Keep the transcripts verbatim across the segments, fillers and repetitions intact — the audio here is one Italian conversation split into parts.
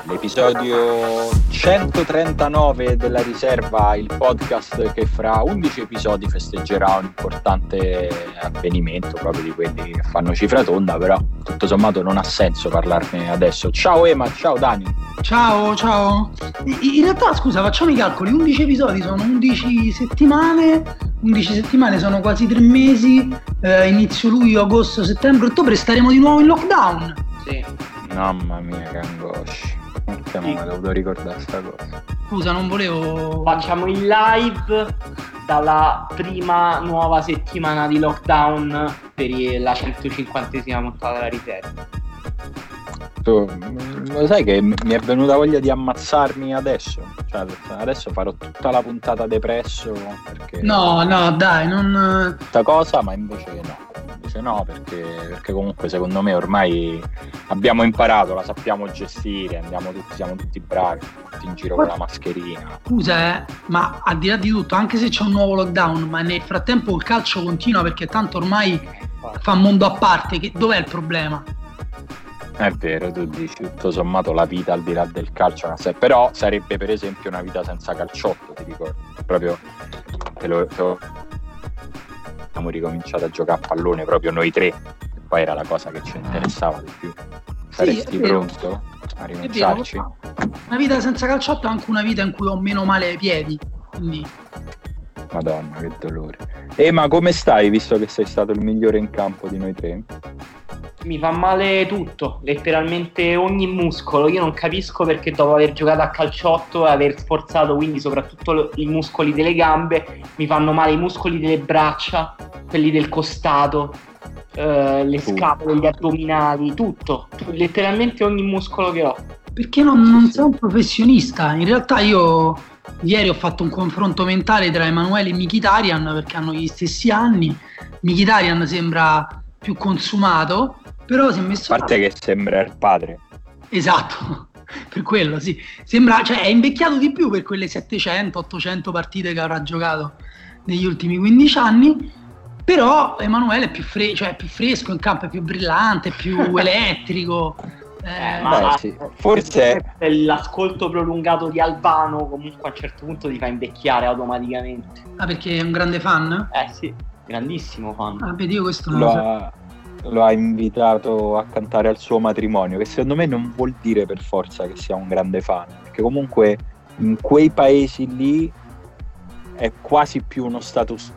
l'episodio centotrentanove della riserva, il podcast che fra undici episodi festeggerà un importante avvenimento, proprio di quelli che fanno cifra tonda, però tutto sommato non ha senso parlarne adesso. Ciao Ema, ciao Dani. Ciao, ciao. In realtà, scusa, facciamo i calcoli, undici episodi sono undici settimane, undici settimane sono quasi tre mesi, eh, inizio luglio, agosto, settembre, ottobre, staremo di nuovo in lockdown. Sì. Mamma mia, che angoscia. Perché non me l'ho dovuto ricordare sta cosa. Scusa, non volevo... Facciamo il live dalla prima nuova settimana di lockdown per la centocinquantesima puntata della riserva. Tu, lo sai che mi è venuta voglia di ammazzarmi adesso? Cioè, adesso farò tutta la puntata depresso perché... No, no, dai, non... Questa cosa, ma invece no. Invece no, perché, perché comunque secondo me ormai abbiamo imparato, la sappiamo gestire, andiamo tutti, siamo tutti bravi, tutti in giro con la mascherina. Scusa, eh, ma al di là di tutto, anche se c'è un nuovo lockdown, ma nel frattempo il calcio continua perché tanto ormai fa un mondo a parte, che, dov'è il problema? È vero, tu dici, tutto sommato la vita al di là del calcio, però sarebbe per esempio una vita senza calciotto, ti ricordo, proprio te lo, te lo... abbiamo ricominciato a giocare a pallone proprio noi tre, e poi era la cosa che ci interessava di più. Saresti sì, pronto a rinunciarci? Una vita senza calciotto è anche una vita in cui ho meno male ai piedi, quindi... Madonna, che dolore. E ma come stai, visto che sei stato il migliore in campo di noi tre? Mi fa male tutto, letteralmente ogni muscolo. Io non capisco perché dopo aver giocato a calciotto e aver sforzato quindi soprattutto i muscoli delle gambe, mi fanno male i muscoli delle braccia, quelli del costato, eh, le scapole, gli addominali, tutto, letteralmente ogni muscolo che ho. Perché non, non sei un professionista? In realtà io ieri ho fatto un confronto mentale tra Emanuele e Mkhitaryan perché hanno gli stessi anni. Mkhitaryan sembra più consumato, però si è messo... A parte che sembra il padre. Esatto, per quello sì. Sembra, cioè è invecchiato di più per quelle settecento ottocento partite che avrà giocato negli ultimi quindici anni, però Emanuele è più, fre- cioè, è più fresco in campo, è più brillante, è più elettrico. Eh, ma beh, sì. Forse l'ascolto prolungato di Albano comunque a un certo punto ti fa invecchiare automaticamente. Ah, perché è un grande fan? Eh sì, grandissimo fan. Ah, vedi, io questo non lo, lo so. ha, lo ha invitato a cantare al suo matrimonio, che secondo me non vuol dire per forza che sia un grande fan, perché comunque in quei paesi lì è quasi più uno status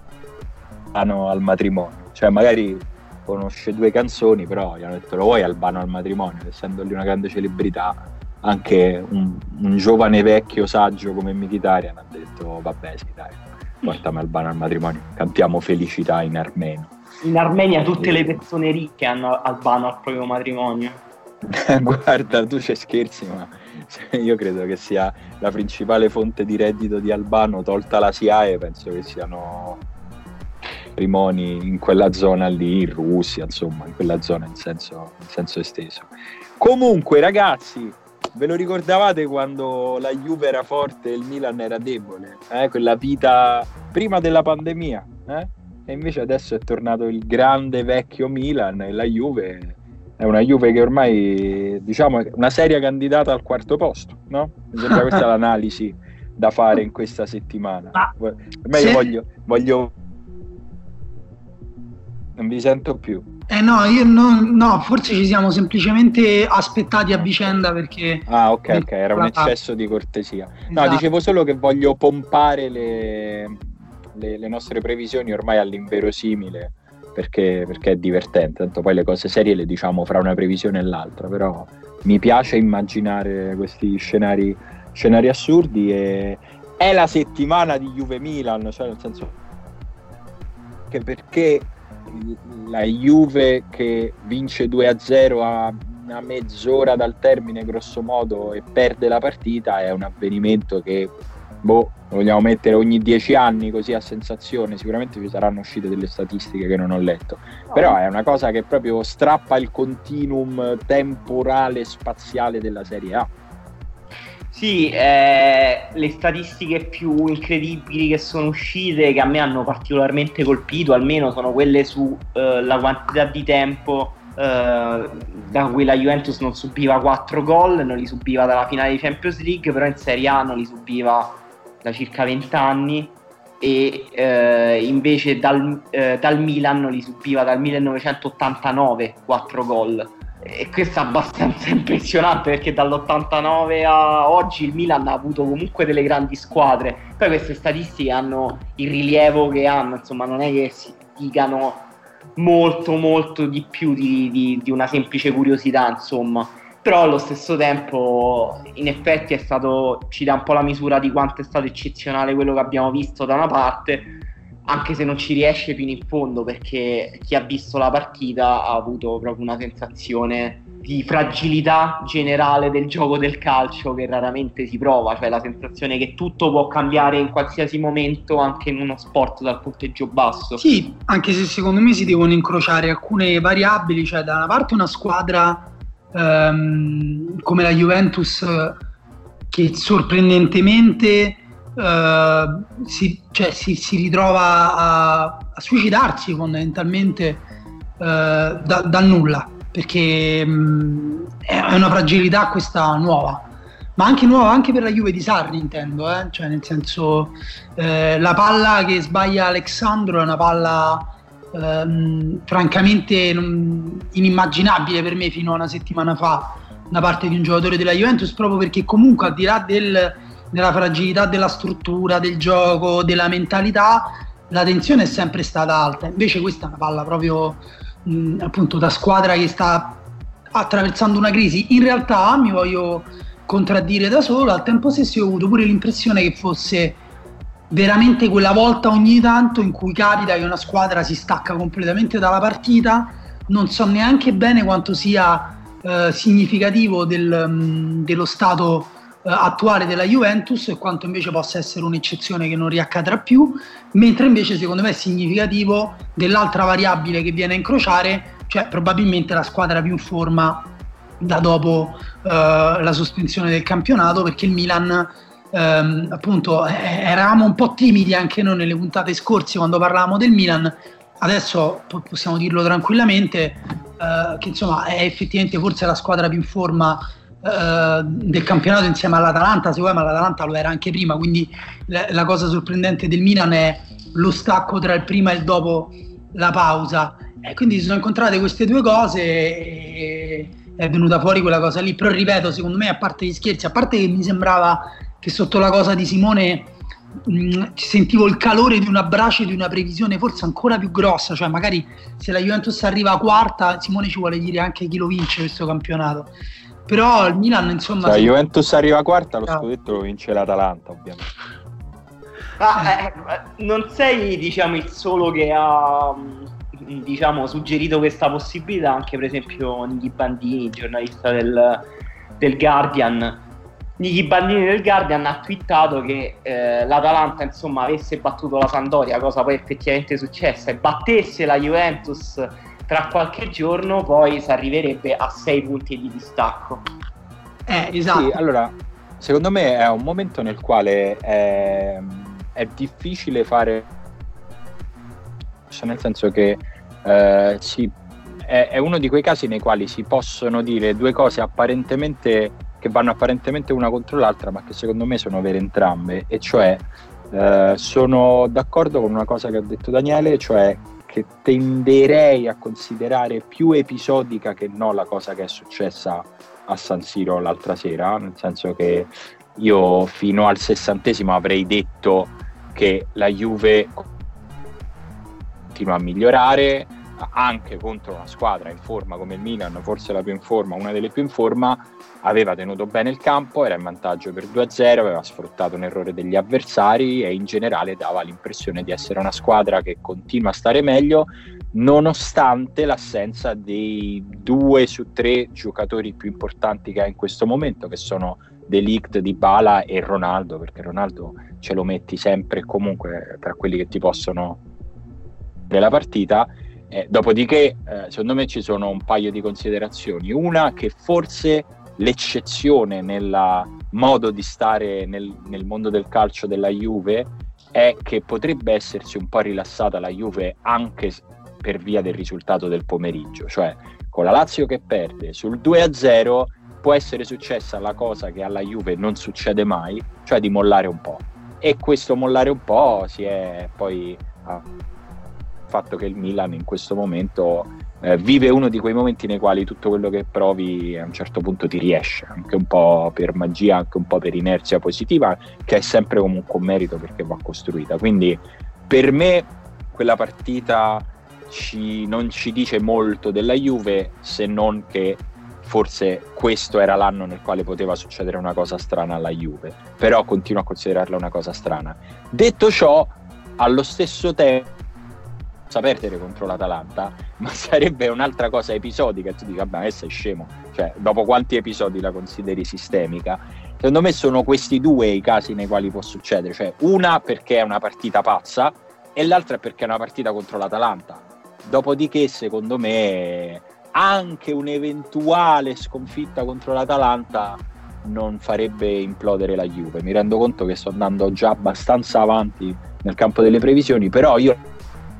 al matrimonio, cioè magari conosce due canzoni, però gli hanno detto: lo vuoi Albano al matrimonio? Essendo lì una grande celebrità, anche un, un giovane vecchio saggio come Mkhitaryan ha detto: vabbè sì dai, portami Albano al matrimonio, cantiamo felicità in armeno. In Armenia tutte le persone ricche hanno Albano al proprio matrimonio. Guarda, tu ci scherzi, ma io credo che sia la principale fonte di reddito di Albano, tolta la SIAE, penso che siano matrimoni in quella zona lì, in Russia, insomma, in quella zona in senso, in senso esteso. Comunque, ragazzi, ve lo ricordavate quando la Juve era forte e il Milan era debole? Eh? Quella vita prima della pandemia, eh? E invece adesso è tornato il grande vecchio Milan e la Juve è una Juve che ormai, diciamo, è una seria candidata al quarto posto, no? Mi sembra questa l'analisi da fare in questa settimana. Ormai io voglio, voglio non vi sento più. Eh no, io no, no, forse ci siamo semplicemente aspettati a vicenda perché... Ah, ok, ok, era un eccesso di cortesia. No, esatto. Dicevo solo che voglio pompare le, le, le nostre previsioni ormai all'inverosimile, perché, perché è divertente. Tanto poi le cose serie le diciamo fra una previsione e l'altra, però mi piace immaginare questi scenari, scenari assurdi. E è la settimana di Juve-Milan, cioè nel senso che perché la Juve che vince due a zero a una mezz'ora dal termine grosso modo e perde la partita è un avvenimento che boh, lo vogliamo mettere ogni dieci anni così a sensazione. Sicuramente ci saranno uscite delle statistiche che non ho letto, però è una cosa che proprio strappa il continuum temporale spaziale della Serie A. Sì, eh, le statistiche più incredibili che sono uscite, che a me hanno particolarmente colpito, almeno sono quelle su eh, la quantità di tempo eh, da cui la Juventus non subiva quattro gol, non li subiva dalla finale di Champions League, però in Serie A non li subiva da circa venti anni, e eh, invece dal, eh, dal Milan li subiva dal millenovecentottantanove quattro gol. E questo è abbastanza impressionante, perché dall'ottantanove a oggi il Milan ha avuto comunque delle grandi squadre. Poi queste statistiche hanno il rilievo che hanno, insomma non è che si dicano molto molto di più di, di, di una semplice curiosità, insomma. Però allo stesso tempo in effetti è stato, ci dà un po' la misura di quanto è stato eccezionale quello che abbiamo visto da una parte, anche se non ci riesce fino in fondo, perché chi ha visto la partita ha avuto proprio una sensazione di fragilità generale del gioco del calcio che raramente si prova, cioè la sensazione che tutto può cambiare in qualsiasi momento anche in uno sport dal punteggio basso. Sì, anche se secondo me si devono incrociare alcune variabili, cioè da una parte una squadra ehm, come la Juventus che sorprendentemente Uh, si, cioè, si, si ritrova a, a suicidarsi fondamentalmente uh, da, dal nulla, perché um, è una fragilità questa nuova, ma anche nuova anche per la Juve di Sarri, intendo, eh? Cioè nel senso eh, la palla che sbaglia Alexandro è una palla um, francamente non, inimmaginabile per me fino a una settimana fa da parte di un giocatore della Juventus, proprio perché comunque al di là del della fragilità della struttura, del gioco, della mentalità, la tensione è sempre stata alta. Invece questa è una palla proprio mh, appunto da squadra che sta attraversando una crisi. In realtà mi voglio contraddire da solo, al tempo stesso ho avuto pure l'impressione che fosse veramente quella volta ogni tanto in cui capita che una squadra si stacca completamente dalla partita. Non so neanche bene quanto sia eh, significativo del, mh, dello stato attuale della Juventus e quanto invece possa essere un'eccezione che non riaccadrà più, mentre invece secondo me è significativo dell'altra variabile che viene a incrociare, cioè probabilmente la squadra più in forma da dopo eh, la sospensione del campionato, perché il Milan ehm, appunto eh, eravamo un po' timidi anche noi nelle puntate scorse quando parlavamo del Milan, adesso po- possiamo dirlo tranquillamente eh, che insomma è effettivamente forse la squadra più in forma Uh, del campionato insieme all'Atalanta, se vuoi, ma l'Atalanta lo era anche prima, quindi la, la cosa sorprendente del Milan è lo stacco tra il prima e il dopo la pausa, e quindi si sono incontrate queste due cose e è venuta fuori quella cosa lì. Però ripeto, secondo me, a parte gli scherzi, a parte che mi sembrava che sotto la cosa di Simone mh, sentivo il calore di un abbraccio, di una previsione forse ancora più grossa, cioè magari se la Juventus arriva a quarta, Simone ci vuole dire anche chi lo vince questo campionato. Però il Milan, insomma, se la Juventus arriva quarta, lo scudetto lo vince l'Atalanta, ovviamente. Ah, eh, non sei, diciamo, il solo che ha, diciamo, suggerito questa possibilità. Anche per esempio Nichi Bandini, giornalista del, del Guardian. Nichi Bandini del Guardian ha twittato che eh, l'Atalanta, insomma, avesse battuto la Sampdoria, cosa poi effettivamente successa, e battesse la Juventus tra qualche giorno, poi si arriverebbe a sei punti di distacco. Eh, esatto. Sì, allora, secondo me è un momento nel quale è, è difficile fare, cioè nel senso che eh, si, è, è uno di quei casi nei quali si possono dire due cose apparentemente che vanno apparentemente una contro l'altra, ma che secondo me sono vere entrambe, e cioè eh, sono d'accordo con una cosa che ha detto Daniele, cioè che tenderei a considerare più episodica che no la cosa che è successa a San Siro l'altra sera, nel senso che io fino al sessantesimo avrei detto che la Juve continua a migliorare anche contro una squadra in forma come il Milan, forse la più in forma, una delle più in forma, aveva tenuto bene il campo, era in vantaggio per due a zero, aveva sfruttato un errore degli avversari e in generale dava l'impressione di essere una squadra che continua a stare meglio nonostante l'assenza dei due su tre giocatori più importanti che ha in questo momento, che sono De Ligt, Dybala e Ronaldo, perché Ronaldo ce lo metti sempre e comunque tra quelli che ti possono della partita. Eh, dopodiché eh, secondo me ci sono un paio di considerazioni. Una, che forse l'eccezione nel modo di stare nel, nel mondo del calcio della Juve è che potrebbe essersi un po' rilassata la Juve anche per via del risultato del pomeriggio, cioè con la Lazio che perde sul due a zero può essere successa la cosa che alla Juve non succede mai, cioè di mollare un po', e questo mollare un po' si è poi ha fatto che il Milan in questo momento eh, vive uno di quei momenti nei quali tutto quello che provi a un certo punto ti riesce, anche un po' per magia, anche un po' per inerzia positiva, che è sempre comunque un merito perché va costruita. Quindi per me quella partita ci, non ci dice molto della Juve, se non che forse questo era l'anno nel quale poteva succedere una cosa strana alla Juve, però continuo a considerarla una cosa strana. Detto ciò, allo stesso tempo sa perdere contro l'Atalanta, ma sarebbe un'altra cosa episodica, tu dici vabbè, adesso sei scemo, cioè dopo quanti episodi la consideri sistemica? Secondo me sono questi due i casi nei quali può succedere, cioè una perché è una partita pazza e l'altra perché è una partita contro l'Atalanta. Dopodiché secondo me anche un'eventuale sconfitta contro l'Atalanta non farebbe implodere la Juve. Mi rendo conto che sto andando già abbastanza avanti nel campo delle previsioni, però io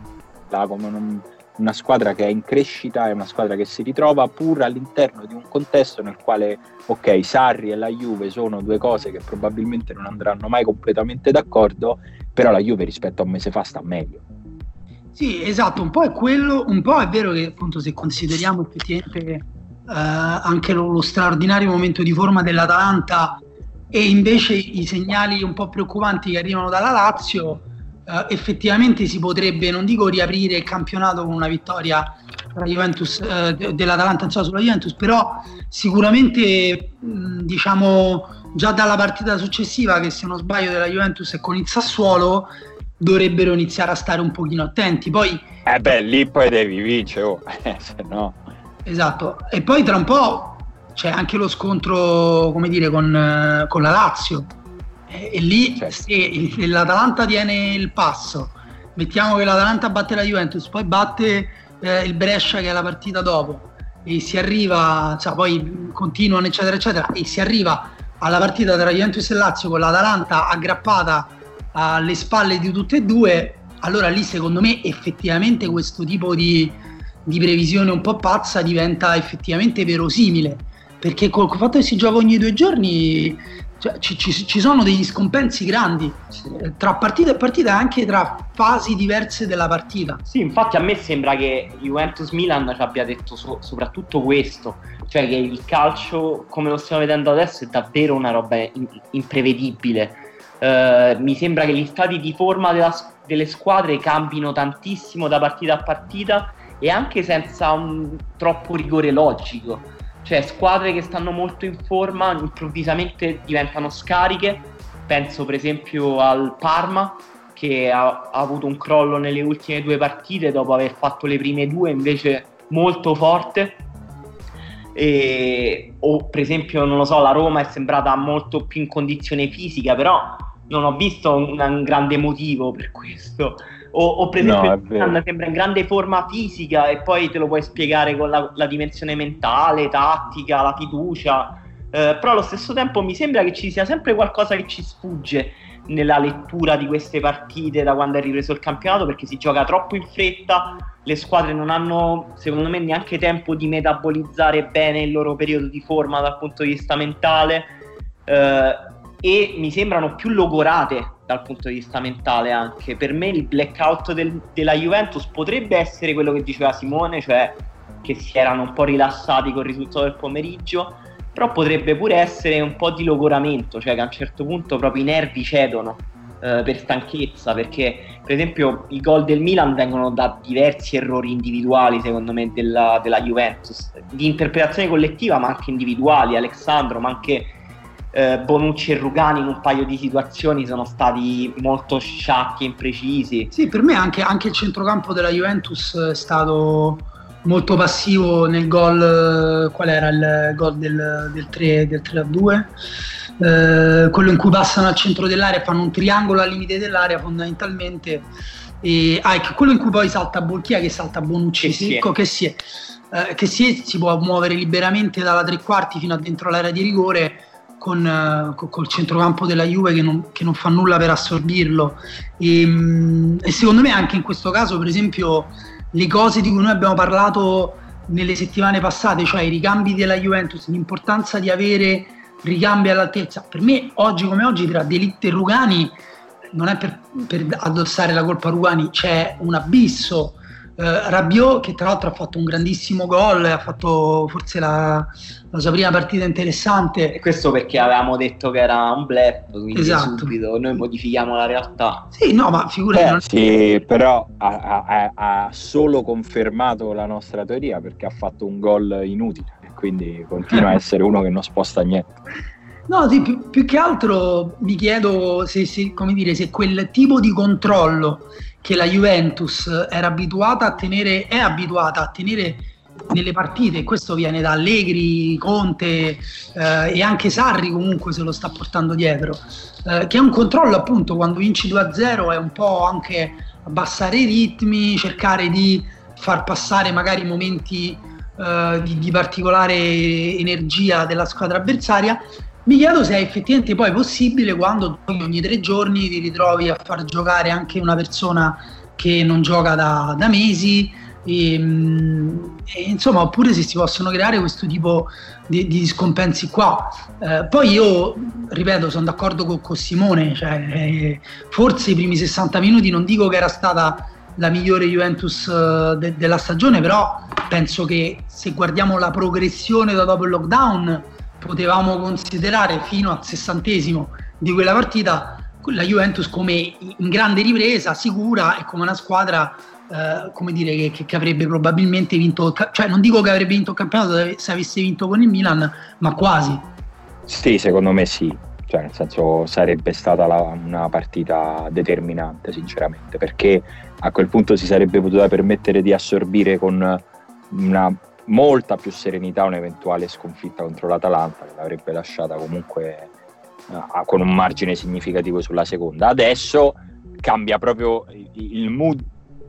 come un, una squadra che è in crescita, è una squadra che si ritrova pur all'interno di un contesto nel quale ok, Sarri e la Juve sono due cose che probabilmente non andranno mai completamente d'accordo, però la Juve rispetto a un mese fa sta meglio. Sì, esatto, un po' è quello, un po' è vero che appunto se consideriamo effettivamente eh, anche lo, lo straordinario momento di forma dell'Atalanta e invece i segnali un po' preoccupanti che arrivano dalla Lazio, Uh, effettivamente si potrebbe, non dico riaprire il campionato con una vittoria tra Juventus, uh, dell'Atalanta insomma, sulla Juventus, però sicuramente mh, diciamo già dalla partita successiva, che se non sbaglio della Juventus è con il Sassuolo, dovrebbero iniziare a stare un pochino attenti. Poi eh beh, lì poi devi vincere, oh. Se no. Esatto, e poi tra un po' c'è anche lo scontro, come dire, con, uh, con la Lazio. E lì certo. Se l'Atalanta tiene il passo, mettiamo che l'Atalanta batte la Juventus, poi batte eh, il Brescia che è la partita dopo e si arriva, cioè, poi continuano eccetera eccetera e si arriva alla partita tra Juventus e Lazio con l'Atalanta aggrappata alle spalle di tutte e due, allora lì secondo me effettivamente questo tipo di, di previsione un po' pazza diventa effettivamente verosimile, perché col fatto che si gioca ogni due giorni Cioè, ci, ci, ci sono degli scompensi grandi eh, tra partita e partita, anche tra fasi diverse della partita. Sì, infatti a me sembra che Juventus-Milan ci abbia detto so, soprattutto questo, cioè che il calcio come lo stiamo vedendo adesso è davvero una roba in, imprevedibile. Uh, mi sembra che gli stati di forma della, delle squadre cambino tantissimo da partita a partita e anche senza un troppo rigore logico. Cioè squadre che stanno molto in forma improvvisamente diventano scariche, penso per esempio al Parma che ha, ha avuto un crollo nelle ultime due partite dopo aver fatto le prime due invece molto forte, e, o per esempio non lo so, la Roma è sembrata molto più in condizione fisica, però non ho visto un, un grande motivo per questo. O, o per esempio no, Milan sembra in grande forma fisica e poi te lo puoi spiegare con la, la dimensione mentale, tattica, la fiducia, eh, però allo stesso tempo mi sembra che ci sia sempre qualcosa che ci sfugge nella lettura di queste partite da quando è ripreso il campionato, perché si gioca troppo in fretta, le squadre non hanno secondo me neanche tempo di metabolizzare bene il loro periodo di forma dal punto di vista mentale, eh, e mi sembrano più logorate dal punto di vista mentale anche. Per me il blackout del, della Juventus potrebbe essere quello che diceva Simone, cioè che si erano un po' rilassati col risultato del pomeriggio, però potrebbe pure essere un po' di logoramento, cioè che a un certo punto proprio i nervi cedono eh, per stanchezza, perché per esempio i gol del Milan vengono da diversi errori individuali secondo me della, della Juventus, di interpretazione collettiva ma anche individuali. Alexandro, ma anche Eh, Bonucci e Rugani in un paio di situazioni sono stati molto sciacchi e imprecisi. Sì, per me anche, anche il centrocampo della Juventus è stato molto passivo nel gol. Qual era il gol del, del, tre, del tre a due? Eh, quello in cui passano al centro dell'area e fanno un triangolo al limite dell'area fondamentalmente, e, ah, ecco, quello in cui poi salta Bolchia, che salta Bonucci, che si è, che si, è, eh, che si, è, si può muovere liberamente dalla tre quarti fino a dentro l'area di rigore con uh, col centrocampo della Juve che non, che non fa nulla per assorbirlo, e, e secondo me anche in questo caso per esempio le cose di cui noi abbiamo parlato nelle settimane passate, cioè i ricambi della Juventus, l'importanza di avere ricambi all'altezza. Per me oggi come oggi tra De Ligt e Rugani, non è per, per addossare la colpa a Rugani, c'è un abisso. Uh, Rabiot, che tra l'altro ha fatto un grandissimo gol, ha fatto forse la, la sua prima partita interessante. E questo perché avevamo detto che era un bluff, quindi esatto. Subito noi modifichiamo la realtà. Sì, no, ma figurati. Eh, non... Sì, però ha, ha, ha solo confermato la nostra teoria, perché ha fatto un gol inutile, quindi continua a essere uno che non sposta niente. No, sì, più, più che altro mi chiedo se, se, come dire, se quel tipo di controllo che la Juventus era abituata a tenere, è abituata a tenere nelle partite, questo viene da Allegri, Conte eh, e anche Sarri comunque se lo sta portando dietro, eh, che è un controllo appunto quando vinci due a zero, è un po' anche abbassare i ritmi, cercare di far passare magari momenti eh, di, di particolare energia della squadra avversaria. Mi chiedo se è effettivamente poi possibile quando ogni tre giorni ti ritrovi a far giocare anche una persona che non gioca da, da mesi e, e insomma, oppure se si possono creare questo tipo di, di scompensi qua. Eh, poi io, ripeto, sono d'accordo con, con Simone, cioè, eh, forse i primi sessanta minuti non dico che era stata la migliore Juventus uh, de- della stagione, però penso che se guardiamo la progressione da dopo il lockdown potevamo considerare fino al sessantesimo di quella partita la Juventus come in grande ripresa, sicura e come una squadra eh, come dire che, che avrebbe probabilmente vinto, cioè non dico che avrebbe vinto il campionato se avesse vinto con il Milan, ma quasi. Sì, secondo me sì, cioè nel senso sarebbe stata la, una partita determinante sinceramente, perché a quel punto si sarebbe potuta permettere di assorbire con una molta più serenità un'eventuale sconfitta contro l'Atalanta, che l'avrebbe lasciata comunque uh, con un margine significativo sulla seconda. Adesso cambia proprio il, il mood,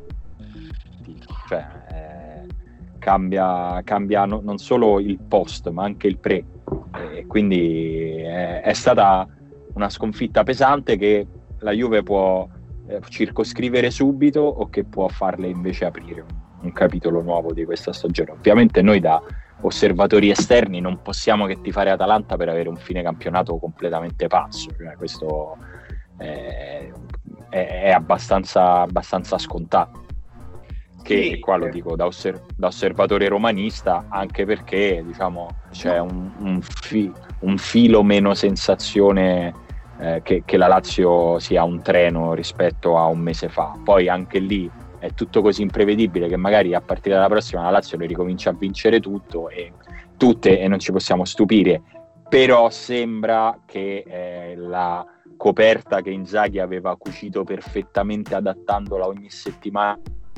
cioè eh, cambia, cambia no, non solo il post ma anche il pre, e quindi è, è stata una sconfitta pesante che la Juve può eh, circoscrivere subito o che può farle invece aprire un un capitolo nuovo di questa stagione. Ovviamente noi da osservatori esterni non possiamo che tifare Atalanta per avere un fine campionato completamente pazzo, cioè, questo è, è, è abbastanza, abbastanza scontato, che sì, qua lo dico da, osser- da osservatore romanista, anche perché diciamo c'è un, un, fi- un filo meno sensazione eh, che, che la Lazio sia un treno rispetto a un mese fa. Poi anche lì è tutto così imprevedibile che magari a partire dalla prossima la Lazio le ricomincia a vincere tutto e tutte e non ci possiamo stupire, però sembra che eh, la coperta che Inzaghi aveva cucito perfettamente adattandola ogni settimana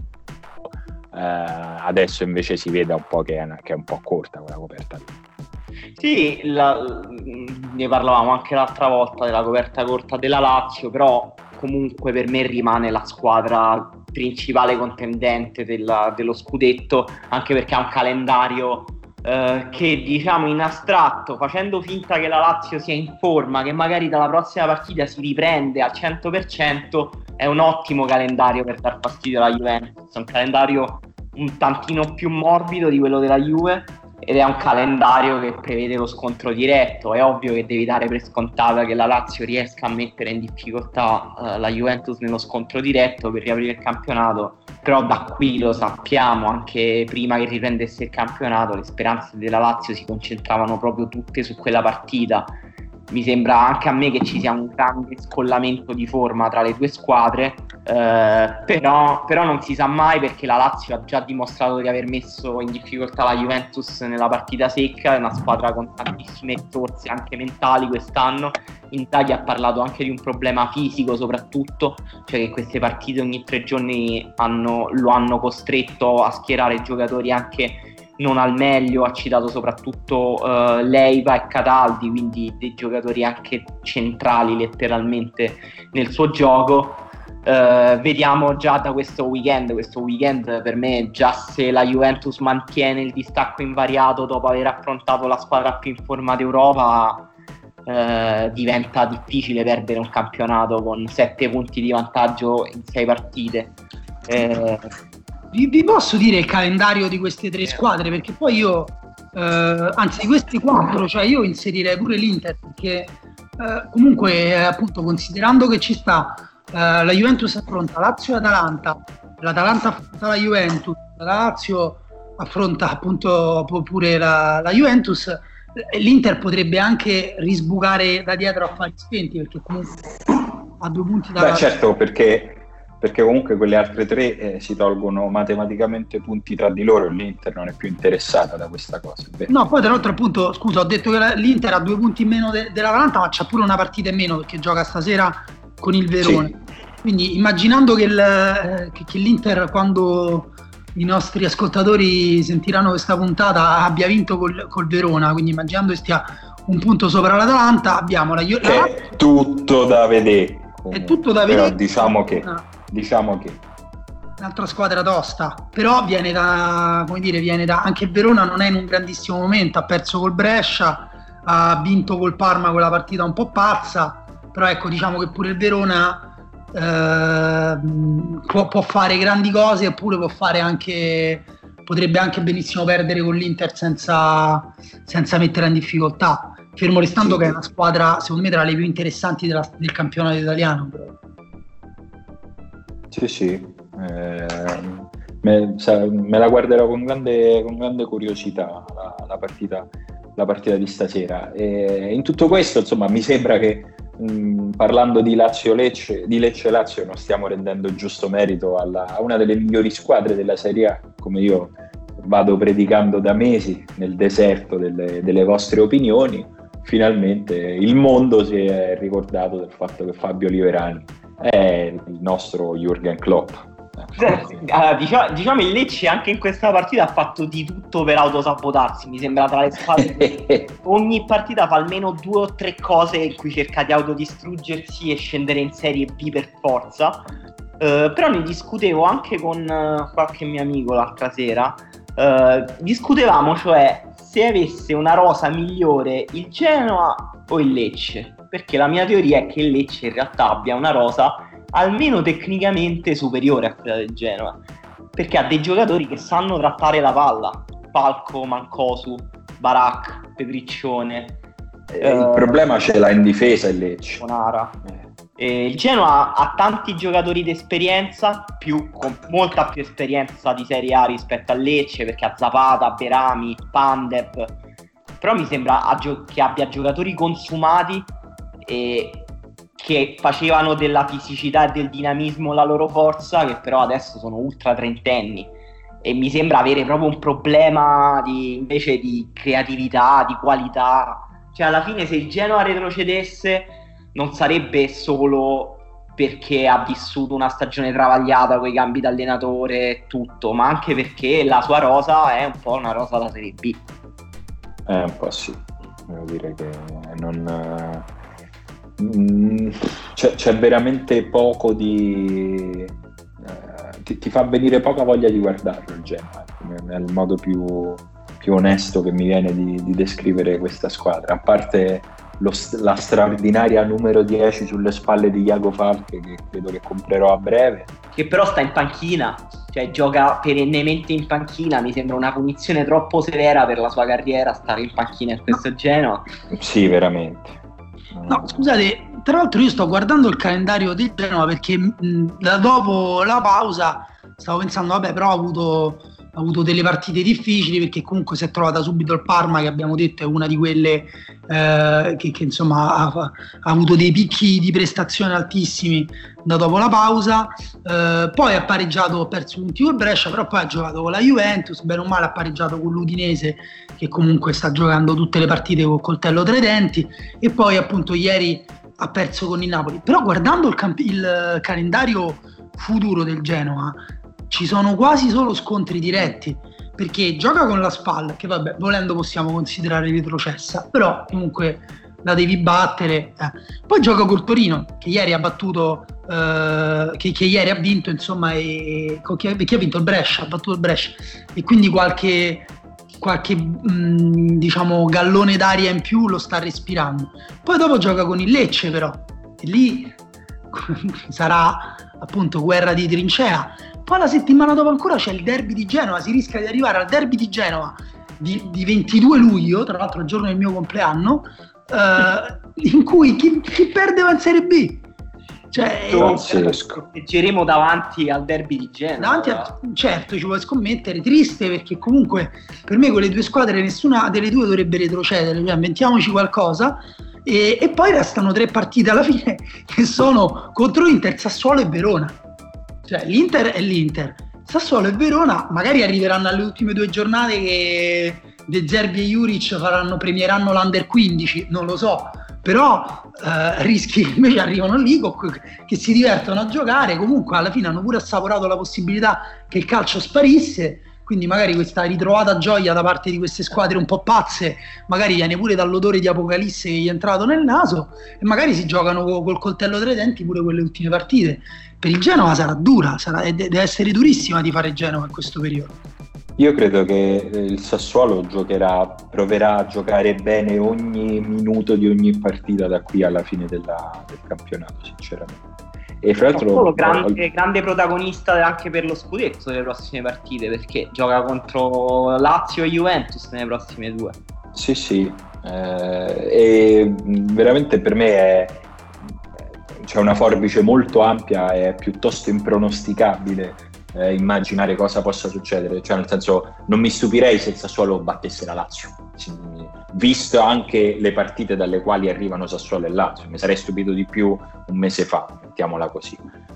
eh, adesso invece si veda un po' che è, una, che è un po' corta quella coperta lì. Sì, la, ne parlavamo anche l'altra volta della coperta corta della Lazio, però comunque per me rimane la squadra principale contendente della, dello scudetto, anche perché ha un calendario eh, che diciamo in astratto, facendo finta che la Lazio sia in forma, che magari dalla prossima partita si riprende al cento per cento, è un ottimo calendario per dar fastidio alla Juventus, è un calendario un tantino più morbido di quello della Juve ed è un calendario che prevede lo scontro diretto. È ovvio che devi dare per scontata che la Lazio riesca a mettere in difficoltà uh, la Juventus nello scontro diretto per riaprire il campionato, però da qui lo sappiamo, anche prima che riprendesse il campionato le speranze della Lazio si concentravano proprio tutte su quella partita. Mi sembra anche a me che ci sia un grande scollamento di forma tra le due squadre, eh, però, però non si sa mai, perché la Lazio ha già dimostrato di aver messo in difficoltà la Juventus nella partita secca, è una squadra con tantissime risorse anche mentali quest'anno. Inzaghi ha parlato anche di un problema fisico soprattutto, cioè che queste partite ogni tre giorni hanno, lo hanno costretto a schierare giocatori anche non al meglio, ha citato soprattutto uh, Leiva e Cataldi, quindi dei giocatori anche centrali letteralmente nel suo gioco. Uh, vediamo già da questo weekend, questo weekend per me già se la Juventus mantiene il distacco invariato dopo aver affrontato la squadra più in forma d'Europa, uh, diventa difficile perdere un campionato con sette punti di vantaggio in sei partite. Uh, vi, vi posso dire il calendario di queste tre squadre, perché poi io eh, anzi di questi quattro, cioè io inserirei pure l'Inter, perché eh, comunque eh, appunto considerando che ci sta eh, la Juventus affronta Lazio e Atalanta, l'Atalanta affronta la Juventus, la Lazio affronta appunto pure la, la Juventus, l'Inter potrebbe anche risbucare da dietro a fari spenti, perché comunque ha due punti da... Beh certo, perché, perché comunque quelle altre tre eh, si tolgono matematicamente punti tra di loro e l'Inter non è più interessata da questa cosa. No, poi tra l'altro appunto, scusa, ho detto che la, l'Inter ha due punti in meno de, dell'Atalanta, ma c'ha pure una partita in meno perché gioca stasera con il Verona. Sì. Quindi immaginando che, il, che, che l'Inter, quando i nostri ascoltatori sentiranno questa puntata, abbia vinto col, col Verona, quindi immaginando che stia un punto sopra l'Atalanta, abbiamo la, la è tutto da vedere. È tutto da vedere. Però diciamo che, diciamo che un'altra squadra tosta, però viene da, come dire, viene da, anche il Verona non è in un grandissimo momento, ha perso col Brescia, ha vinto col Parma quella partita un po' pazza, però ecco, diciamo che pure il Verona eh, può, può fare grandi cose, oppure può fare anche, potrebbe anche benissimo perdere con l'Inter senza, senza metterla in difficoltà, fermo restando sì, che è una squadra secondo me tra le più interessanti della, del campionato italiano. Però. Sì sì, eh, me, me la guarderò con grande, con grande curiosità la, la, partita, la partita di stasera, e in tutto questo insomma mi sembra che mh, parlando di Lazio-Lecce, di Lecce-Lazio non stiamo rendendo il giusto merito alla, a una delle migliori squadre della Serie A, come io vado predicando da mesi nel deserto delle, delle vostre opinioni. Finalmente il mondo si è ricordato del fatto che Fabio Liverani è il nostro Jürgen Klopp. Allora, diciamo, diciamo il Lecce anche in questa partita ha fatto di tutto per autosabotarsi, mi sembra, tra le squadre ogni partita fa almeno due o tre cose in cui cerca di autodistruggersi e scendere in Serie B per forza. Uh, però ne discutevo anche con uh, qualche mio amico l'altra sera. Uh, discutevamo cioè se avesse una rosa migliore il Genoa o il Lecce, perché la mia teoria è che il Lecce in realtà abbia una rosa almeno tecnicamente superiore a quella del Genoa, perché ha dei giocatori che sanno trattare la palla, Falco, Mancosu, Barak, Petriccione. Eh, il uh, problema ce l'ha in difesa il Lecce. Bonara. Eh. E il Genoa ha tanti giocatori di esperienza, più, con molta più esperienza di Serie A rispetto al Lecce, perché ha Zapata, Berami, Pandev, però mi sembra a gio- che abbia giocatori consumati e che facevano della fisicità e del dinamismo la loro forza, che però adesso sono ultra trentenni, e mi sembra avere proprio un problema di, invece di creatività, di qualità. Cioè alla fine se il Genoa retrocedesse non sarebbe solo perché ha vissuto una stagione travagliata con i cambi d'allenatore e tutto, ma anche perché la sua rosa è un po' una rosa da Serie B. Eh, un po' sì, devo dire che non... Mm, c'è, c'è veramente poco di... Eh, ti, ti fa venire poca voglia di guardarlo il Genoa, è il modo più, più onesto che mi viene di, di descrivere questa squadra, a parte Lo, la straordinaria numero dieci sulle spalle di Iago Falque, che credo che comprerò a breve, che però sta in panchina, cioè gioca perennemente in panchina. Mi sembra una punizione troppo severa per la sua carriera stare in panchina in questo Genoa. Sì, veramente. No, scusate, tra l'altro io sto guardando il calendario del Genoa perché mh, da dopo la pausa stavo pensando, vabbè, però ha avuto ha avuto delle partite difficili, perché comunque si è trovata subito il Parma, che abbiamo detto è una di quelle eh, che, che insomma ha, ha avuto dei picchi di prestazione altissimi da dopo la pausa, eh, poi ha pareggiato, ha perso punti col Brescia, però poi ha giocato con la Juventus, bene o male ha pareggiato con l'Udinese, che comunque sta giocando tutte le partite col coltello tra i denti, e poi appunto ieri ha perso con il Napoli. Però guardando il, camp- il calendario futuro del Genoa ci sono quasi solo scontri diretti, perché gioca con la Spal, che vabbè, volendo possiamo considerare retrocessa, però comunque la devi battere. Eh. Poi gioca col Torino, che ieri ha battuto, eh, che, che ieri ha vinto, insomma, e, e chi, ha, chi ha vinto? Il Brescia, ha battuto il Brescia, e quindi qualche, qualche mh, diciamo gallone d'aria in più lo sta respirando. Poi dopo gioca con il Lecce, però, e lì sarà appunto guerra di trincea. Poi la settimana dopo ancora c'è il derby di Genova, si rischia di arrivare al derby di Genova di, di ventidue luglio, tra l'altro il giorno del mio compleanno, eh, in cui chi, chi perde va in Serie B. Cioè, leggeremo davanti al derby di Genova. Davanti a, certo, ci puoi scommettere, triste perché comunque per me quelle due squadre nessuna delle due dovrebbe retrocedere, cioè inventiamoci qualcosa. E, e poi restano tre partite alla fine che sono contro Inter, Sassuolo e Verona. Cioè l'Inter è l'Inter, Sassuolo e Verona magari arriveranno alle ultime due giornate che De Zerbi e Juric faranno, premieranno l'Under quindici, non lo so, però eh, rischi invece arrivano lì che si divertono a giocare, comunque alla fine hanno pure assaporato la possibilità che il calcio sparisse, quindi magari questa ritrovata gioia da parte di queste squadre un po' pazze magari viene pure dall'odore di Apocalisse che gli è entrato nel naso e magari si giocano col coltello tra i denti pure quelle ultime partite. Per il Genova sarà dura, sarà, deve essere durissima di fare Genova in questo periodo. Io credo che il Sassuolo giocherà, proverà a giocare bene ogni minuto di ogni partita da qui alla fine della, del campionato, sinceramente. E fra l'altro solo grande, grande protagonista anche per lo scudetto delle prossime partite, perché gioca contro Lazio e Juventus nelle prossime due. Sì, sì, eh, e veramente per me è c'è una forbice molto ampia, è piuttosto impronosticabile eh, immaginare cosa possa succedere, cioè nel senso non mi stupirei se il Sassuolo battesse la Lazio, visto anche le partite dalle quali arrivano Sassuolo e Lazio. Mi sarei stupito di più un mese fa, mettiamola così.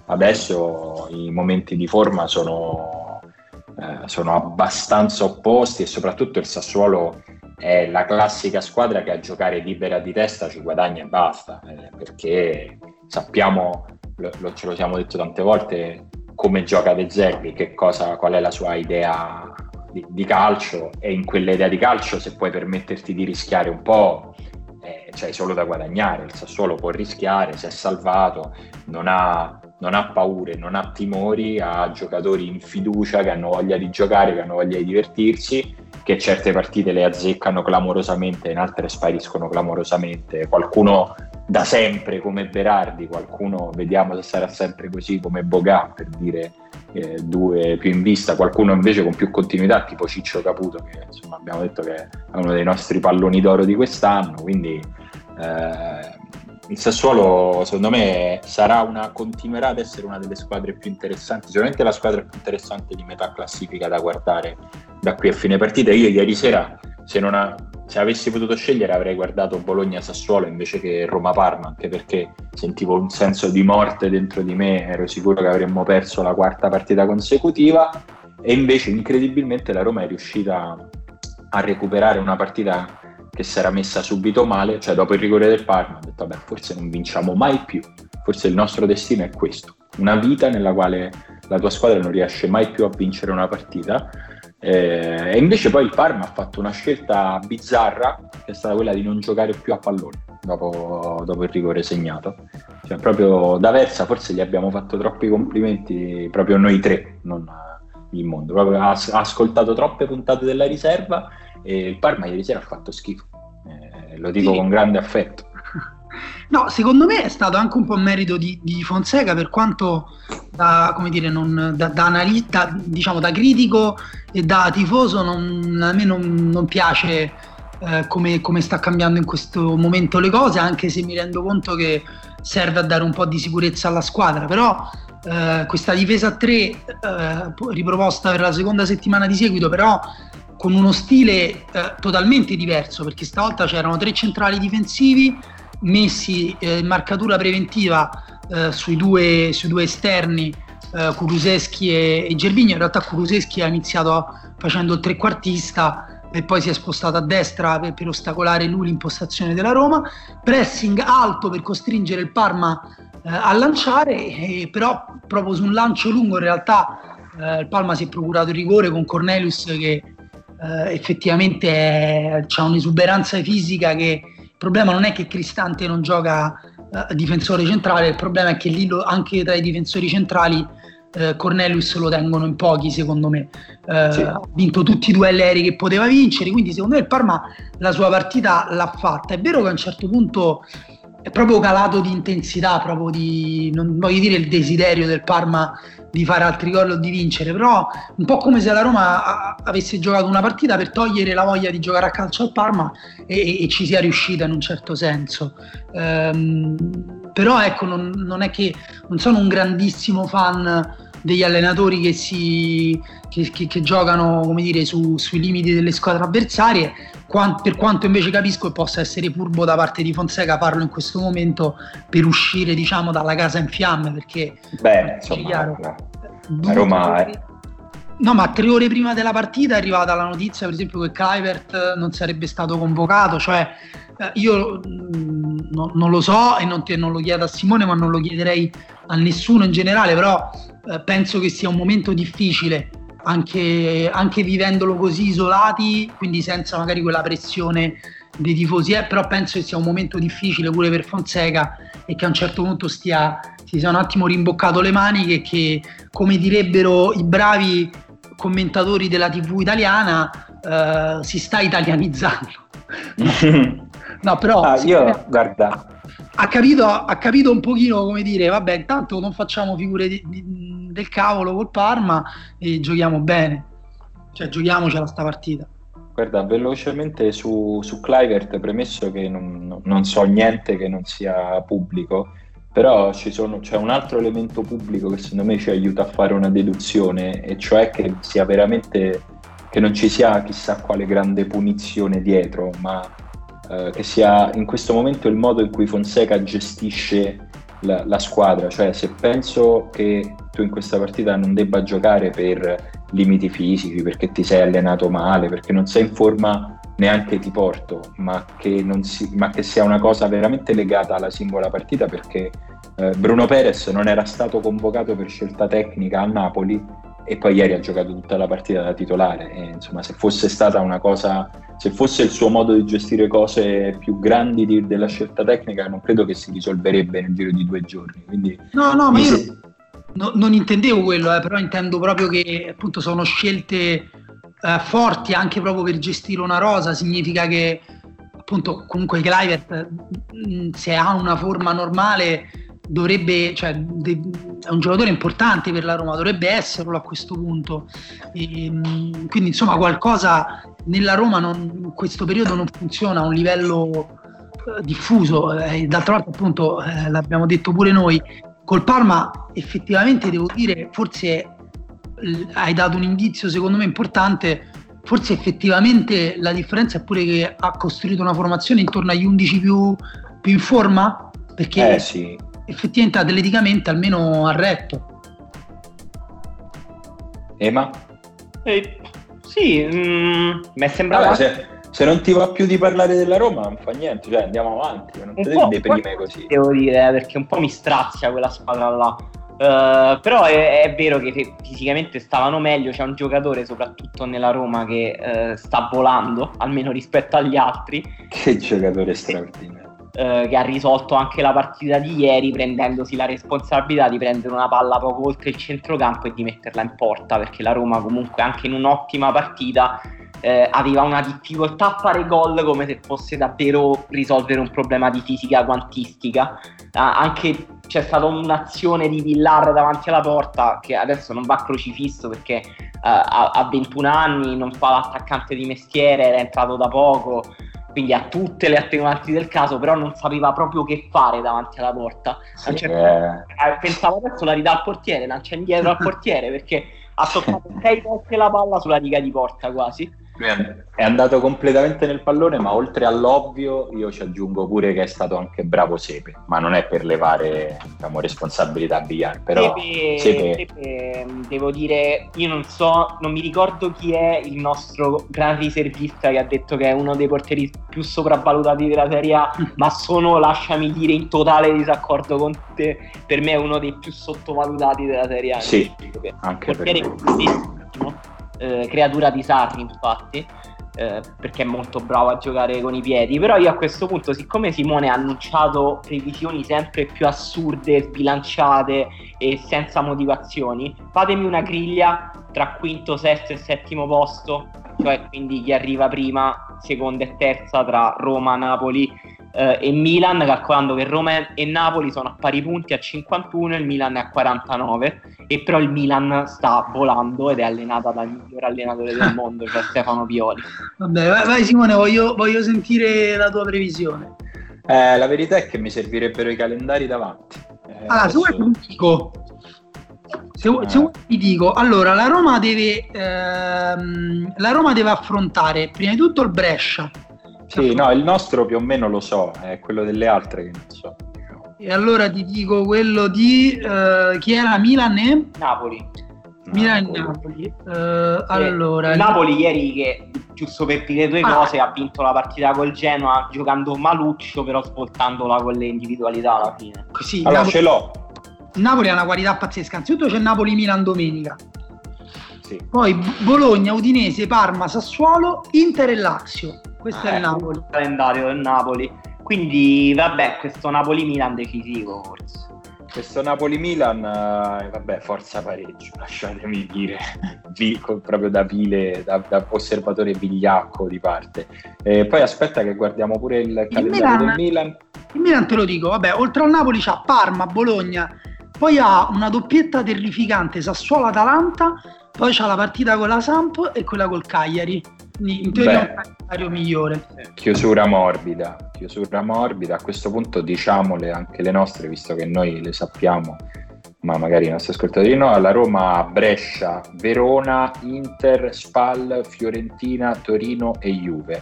Adesso i momenti di forma sono, eh, sono abbastanza opposti e soprattutto il Sassuolo è la classica squadra che a giocare libera di testa ci guadagna e basta, eh, perché sappiamo, lo, lo, ce lo siamo detto tante volte, come gioca De Zerbi, che cosa, qual è la sua idea di, di calcio, e in quell'idea di calcio se puoi permetterti di rischiare un po' eh, c'hai solo da guadagnare. Il Sassuolo può rischiare, si è salvato, non ha, non ha paure, non ha timori, ha giocatori in fiducia che hanno voglia di giocare, che hanno voglia di divertirsi, che certe partite le azzeccano clamorosamente, in altre spariscono clamorosamente. Qualcuno da sempre come Berardi, qualcuno vediamo se sarà sempre così come Bogà, per dire eh, due più in vista, qualcuno invece con più continuità tipo Ciccio Caputo, che insomma abbiamo detto che è uno dei nostri palloni d'oro di quest'anno. Quindi eh, il Sassuolo secondo me sarà una, continuerà ad essere una delle squadre più interessanti, sicuramente la squadra più interessante di metà classifica da guardare da qui a fine partita. Io ieri sera, se non ha Se avessi potuto scegliere, avrei guardato Bologna-Sassuolo invece che Roma-Parma, anche perché sentivo un senso di morte dentro di me, ero sicuro che avremmo perso la quarta partita consecutiva, e invece incredibilmente la Roma è riuscita a recuperare una partita che si era messa subito male, cioè dopo il rigore del Parma ho detto vabbè, forse non vinciamo mai più, forse il nostro destino è questo, una vita nella quale la tua squadra non riesce mai più a vincere una partita. Eh, e invece poi il Parma ha fatto una scelta bizzarra, che è stata quella di non giocare più a pallone dopo, dopo il rigore segnato. Cioè proprio D'Aversa, forse gli abbiamo fatto troppi complimenti, proprio noi tre, non il mondo, proprio ha, ha ascoltato troppe puntate della riserva e il Parma ieri sera ha fatto schifo, eh, lo dico sì, con grande affetto. No, secondo me è stato anche un po' merito di, di Fonseca, per quanto da, come dire, non, da, da, anali- da, diciamo, da critico e da tifoso non, a me non, non piace eh, come, come sta cambiando in questo momento le cose, anche se mi rendo conto che serve a dare un po' di sicurezza alla squadra. Però eh, questa difesa a tre eh, riproposta per la seconda settimana di seguito, però con uno stile eh, totalmente diverso, perché stavolta c'erano tre centrali difensivi messi eh, in marcatura preventiva eh, sui, due, sui due esterni, eh, Kulusevski e, e Gervinho. In realtà Kulusevski ha iniziato facendo il trequartista e poi si è spostato a destra per, per ostacolare lui l'impostazione della Roma, pressing alto per costringere il Parma eh, a lanciare, e, però proprio su un lancio lungo in realtà eh, il Parma si è procurato il rigore con Cornelius che eh, effettivamente ha un'esuberanza fisica che il problema non è che Cristante non gioca uh, difensore centrale, il problema è che lì lo, anche tra i difensori centrali uh, Cornelius lo tengono in pochi, secondo me. Uh, sì. Ha vinto tutti i duelli aerei che poteva vincere, quindi secondo me il Parma la sua partita l'ha fatta. È vero che a un certo punto è proprio calato di intensità, proprio di, non voglio dire il desiderio del Parma di fare altri gol o di vincere, però un po' come se la Roma a, avesse giocato una partita per togliere la voglia di giocare a calcio al Parma e, e ci sia riuscita in un certo senso. Ehm, però ecco, non, non è che non sono un grandissimo fan degli allenatori che si che, che, che giocano, come dire, su, sui limiti delle squadre avversarie, quant, per quanto invece capisco che possa essere furbo da parte di Fonseca farlo in questo momento per uscire, diciamo, dalla casa in fiamme, perché beh, insomma, chiaro, la, la Roma è... No, ma tre ore prima della partita è arrivata la notizia, per esempio, che Kluivert non sarebbe stato convocato, cioè eh, io mh, no, non lo so e non, te, non lo chiedo a Simone, ma non lo chiederei a nessuno in generale, però eh, penso che sia un momento difficile, anche, anche vivendolo così isolati, quindi senza magari quella pressione dei tifosi, eh, però penso che sia un momento difficile pure per Fonseca e che a un certo punto stia, si sia un attimo rimboccato le maniche e che, come direbbero i bravi commentatori della tivù italiana, eh, si sta italianizzando. No, però ah, io, guarda, ha capito, ha capito un pochino, come dire, vabbè, intanto non facciamo figure di, di, del cavolo col Parma e giochiamo bene, cioè giochiamocela sta partita. Guarda, velocemente su, su Kluivert, premesso che non, non so niente che non sia pubblico, però ci sono, c'è un altro elemento pubblico che secondo me ci aiuta a fare una deduzione, e cioè che sia veramente, che non ci sia chissà quale grande punizione dietro, ma eh, che sia in questo momento il modo in cui Fonseca gestisce la, la squadra. Cioè, se penso che tu in questa partita non debba giocare per limiti fisici, perché ti sei allenato male, perché non sei in forma neanche ti porto, ma che, non si, ma che sia una cosa veramente legata alla singola partita, perché eh, Bruno Perez non era stato convocato per scelta tecnica a Napoli e poi ieri ha giocato tutta la partita da titolare, e insomma, se fosse stata una cosa, se fosse il suo modo di gestire cose più grandi di, della scelta tecnica, non credo che si risolverebbe nel giro di due giorni. Quindi no, no, ma io se... no, non intendevo quello, eh, però intendo proprio che appunto sono scelte Uh, forti anche proprio per gestire una rosa. Significa che appunto comunque Kluivert, mh, se ha una forma normale, dovrebbe, cioè de- è un giocatore importante per la Roma, dovrebbe esserlo a questo punto, e, mh, quindi insomma qualcosa nella Roma non, in questo periodo non funziona a un livello uh, diffuso, e eh, d'altra parte appunto eh, l'abbiamo detto pure noi col Parma. Effettivamente devo dire, forse hai dato un indizio secondo me importante, forse effettivamente la differenza è pure che ha costruito una formazione intorno agli undici più, più in forma, perché eh, sì. effettivamente atleticamente almeno ha retto. Ema? Eh, sì, mm, mi è sembrato... Vabbè, se, se non ti va più di parlare della Roma non fa niente, cioè andiamo avanti, non ti devi deprimere così. Devo dire, perché un po' mi strazia quella squadra là. Uh, però è, è vero che fisicamente stavano meglio. C'è un giocatore soprattutto nella Roma che uh, sta volando, almeno rispetto agli altri. Che giocatore straordinario, uh, che ha risolto anche la partita di ieri, prendendosi la responsabilità di prendere una palla poco oltre il centrocampo e di metterla in porta, perché la Roma comunque anche in un'ottima partita uh, aveva una difficoltà a fare gol, come se fosse davvero risolvere un problema di fisica quantistica. Uh, anche c'è stata un'azione di Villar davanti alla porta che adesso non va crocifisso, perché uh, ha, ha ventuno anni, non fa l'attaccante di mestiere, era entrato da poco, quindi ha tutte le attenuanti del caso, però non sapeva proprio che fare davanti alla porta. Sì, certo eh. punto, pensavo adesso la ridà al portiere, lancia indietro al portiere, perché ha toccato sei volte la palla sulla riga di porta quasi. È andato completamente nel pallone, ma oltre all'ovvio io ci aggiungo pure che è stato anche bravo Sepe, ma non è per levare, diciamo, responsabilità a Villar, però Sepe, Sepe... Sepe, devo dire, io non so, non mi ricordo chi è il nostro gran riservista che ha detto che è uno dei portieri più sopravvalutati della Serie A, ma sono, lasciami dire, in totale disaccordo con te. Per me è uno dei più sottovalutati della Serie A. Sì, anche portiere per me. Eh, creatura di Sarri, infatti, eh, perché è molto bravo a giocare con i piedi. Però io a questo punto, siccome Simone ha annunciato previsioni sempre più assurde, sbilanciate e senza motivazioni, fatemi una griglia tra quinto, sesto e settimo posto, cioè quindi chi arriva prima, seconda e terza tra Roma, Napoli, eh, e Milan, calcolando che Roma e Napoli sono a pari punti a cinquantuno e il Milan è a quarantanove, e però il Milan sta volando ed è allenata dal miglior allenatore del mondo, cioè Stefano Pioli. Vabbè, vai, vai Simone, voglio, voglio sentire la tua previsione. Eh, la verità è che mi servirebbero i calendari davanti. Eh, allora, adesso... se vuoi ti dico, se, vuoi, se vuoi ti dico, allora la Roma deve ehm, la Roma deve affrontare prima di tutto il Brescia. Sì, no, il nostro più o meno lo so, è quello delle altre che non so. E allora ti dico quello di eh, chi era? Milan e Napoli. Milan e Napoli. Uh, allora, il Napoli ieri, che giusto per dire due ah. cose, ha vinto la partita col Genoa giocando maluccio, però svoltandola con le individualità alla fine. Sì, allora Napoli, ce l'ho. Napoli ha una qualità pazzesca. Anzitutto c'è Napoli-Milan domenica. Sì. Poi Bologna, Udinese, Parma, Sassuolo, Inter e Lazio. Questo ah, è il Napoli. Il calendario del Napoli. Quindi vabbè, questo Napoli-Milan decisivo forse. Questo Napoli-Milan, eh, vabbè, forza pareggio, lasciatemi dire, Vi, proprio da vile, da, da osservatore vigliacco di parte. E poi aspetta che guardiamo pure il, il calendario Milan, del Milan. Il Milan te lo dico, vabbè, oltre al Napoli c'ha Parma, Bologna, poi ha una doppietta terrificante, Sassuolo-Atalanta, poi c'ha la partita con la Samp e quella col Cagliari. In teoria è un calendario migliore. Chiusura morbida, chiusura morbida. A questo punto diciamole anche le nostre, visto che noi le sappiamo, ma magari i nostri ascoltatori no. Alla Roma, Brescia, Verona, Inter, Spal, Fiorentina, Torino e Juve,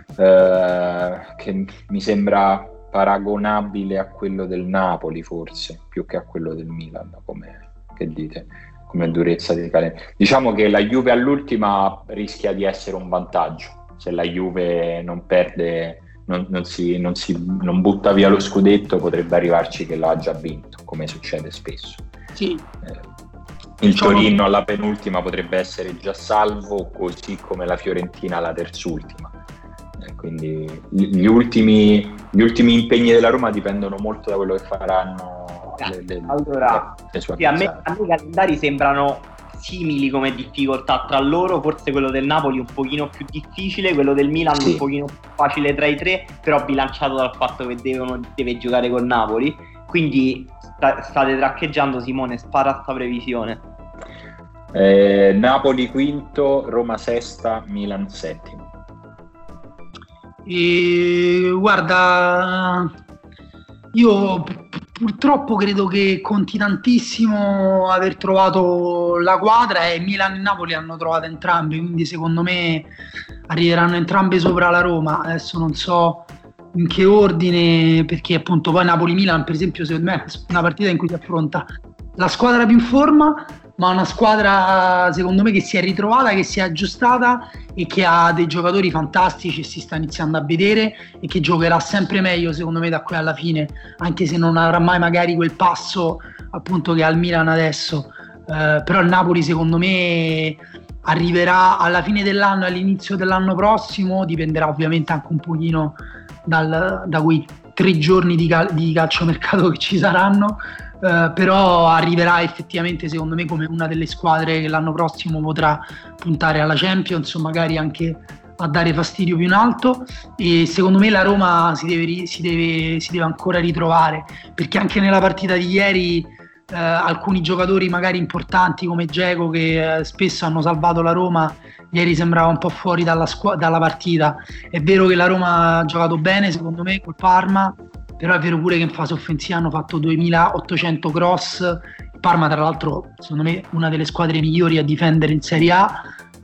eh, che mi sembra paragonabile a quello del Napoli forse, più che a quello del Milan, come che dite? Come durezza di calendario. Diciamo che la Juve all'ultima rischia di essere un vantaggio. Se la Juve non perde, non, non, si, non, si, non butta via lo scudetto, potrebbe arrivarci che l'ha già vinto, come succede spesso. Sì. Eh, il Torino alla penultima potrebbe essere già salvo, così come la Fiorentina alla terzultima. Eh, quindi gli ultimi, gli ultimi impegni della Roma dipendono molto da quello che faranno. Le, le, allora, le sì, a, me, a me i calendari sembrano simili come difficoltà tra loro, forse quello del Napoli un pochino più difficile, quello del Milan sì. un pochino più facile tra i tre, però bilanciato dal fatto che devono, deve giocare con Napoli, quindi sta, state traccheggiando. Simone, spara sta previsione. eh, Napoli quinto, Roma sesta, Milan settimo. E guarda, io purtroppo credo che conti tantissimo aver trovato la quadra, e Milan e Napoli hanno trovato entrambi, quindi secondo me arriveranno entrambe sopra la Roma. Adesso non so in che ordine, perché appunto poi Napoli-Milan per esempio secondo me è una partita in cui si affronta la squadra più in forma, ma una squadra secondo me che si è ritrovata, che si è aggiustata e che ha dei giocatori fantastici e si sta iniziando a vedere, e che giocherà sempre meglio secondo me da qui alla fine, anche se non avrà mai magari quel passo appunto che ha il Milan adesso. Eh, però il Napoli secondo me arriverà alla fine dell'anno e all'inizio dell'anno prossimo, dipenderà ovviamente anche un pochino dal, da quei tre giorni di, cal- di calciomercato che ci saranno. Uh, però arriverà effettivamente secondo me come una delle squadre che l'anno prossimo potrà puntare alla Champions, o magari anche a dare fastidio più in alto. E secondo me la Roma si deve, si deve, si deve ancora ritrovare, perché anche nella partita di ieri uh, alcuni giocatori magari importanti come Dzeko, che uh, spesso hanno salvato la Roma, ieri sembrava un po' fuori dalla, squ- dalla partita. È vero che la Roma ha giocato bene secondo me col Parma, però è vero pure che in fase offensiva hanno fatto duemilaottocento cross. Il Parma tra l'altro secondo me una delle squadre migliori a difendere in Serie A,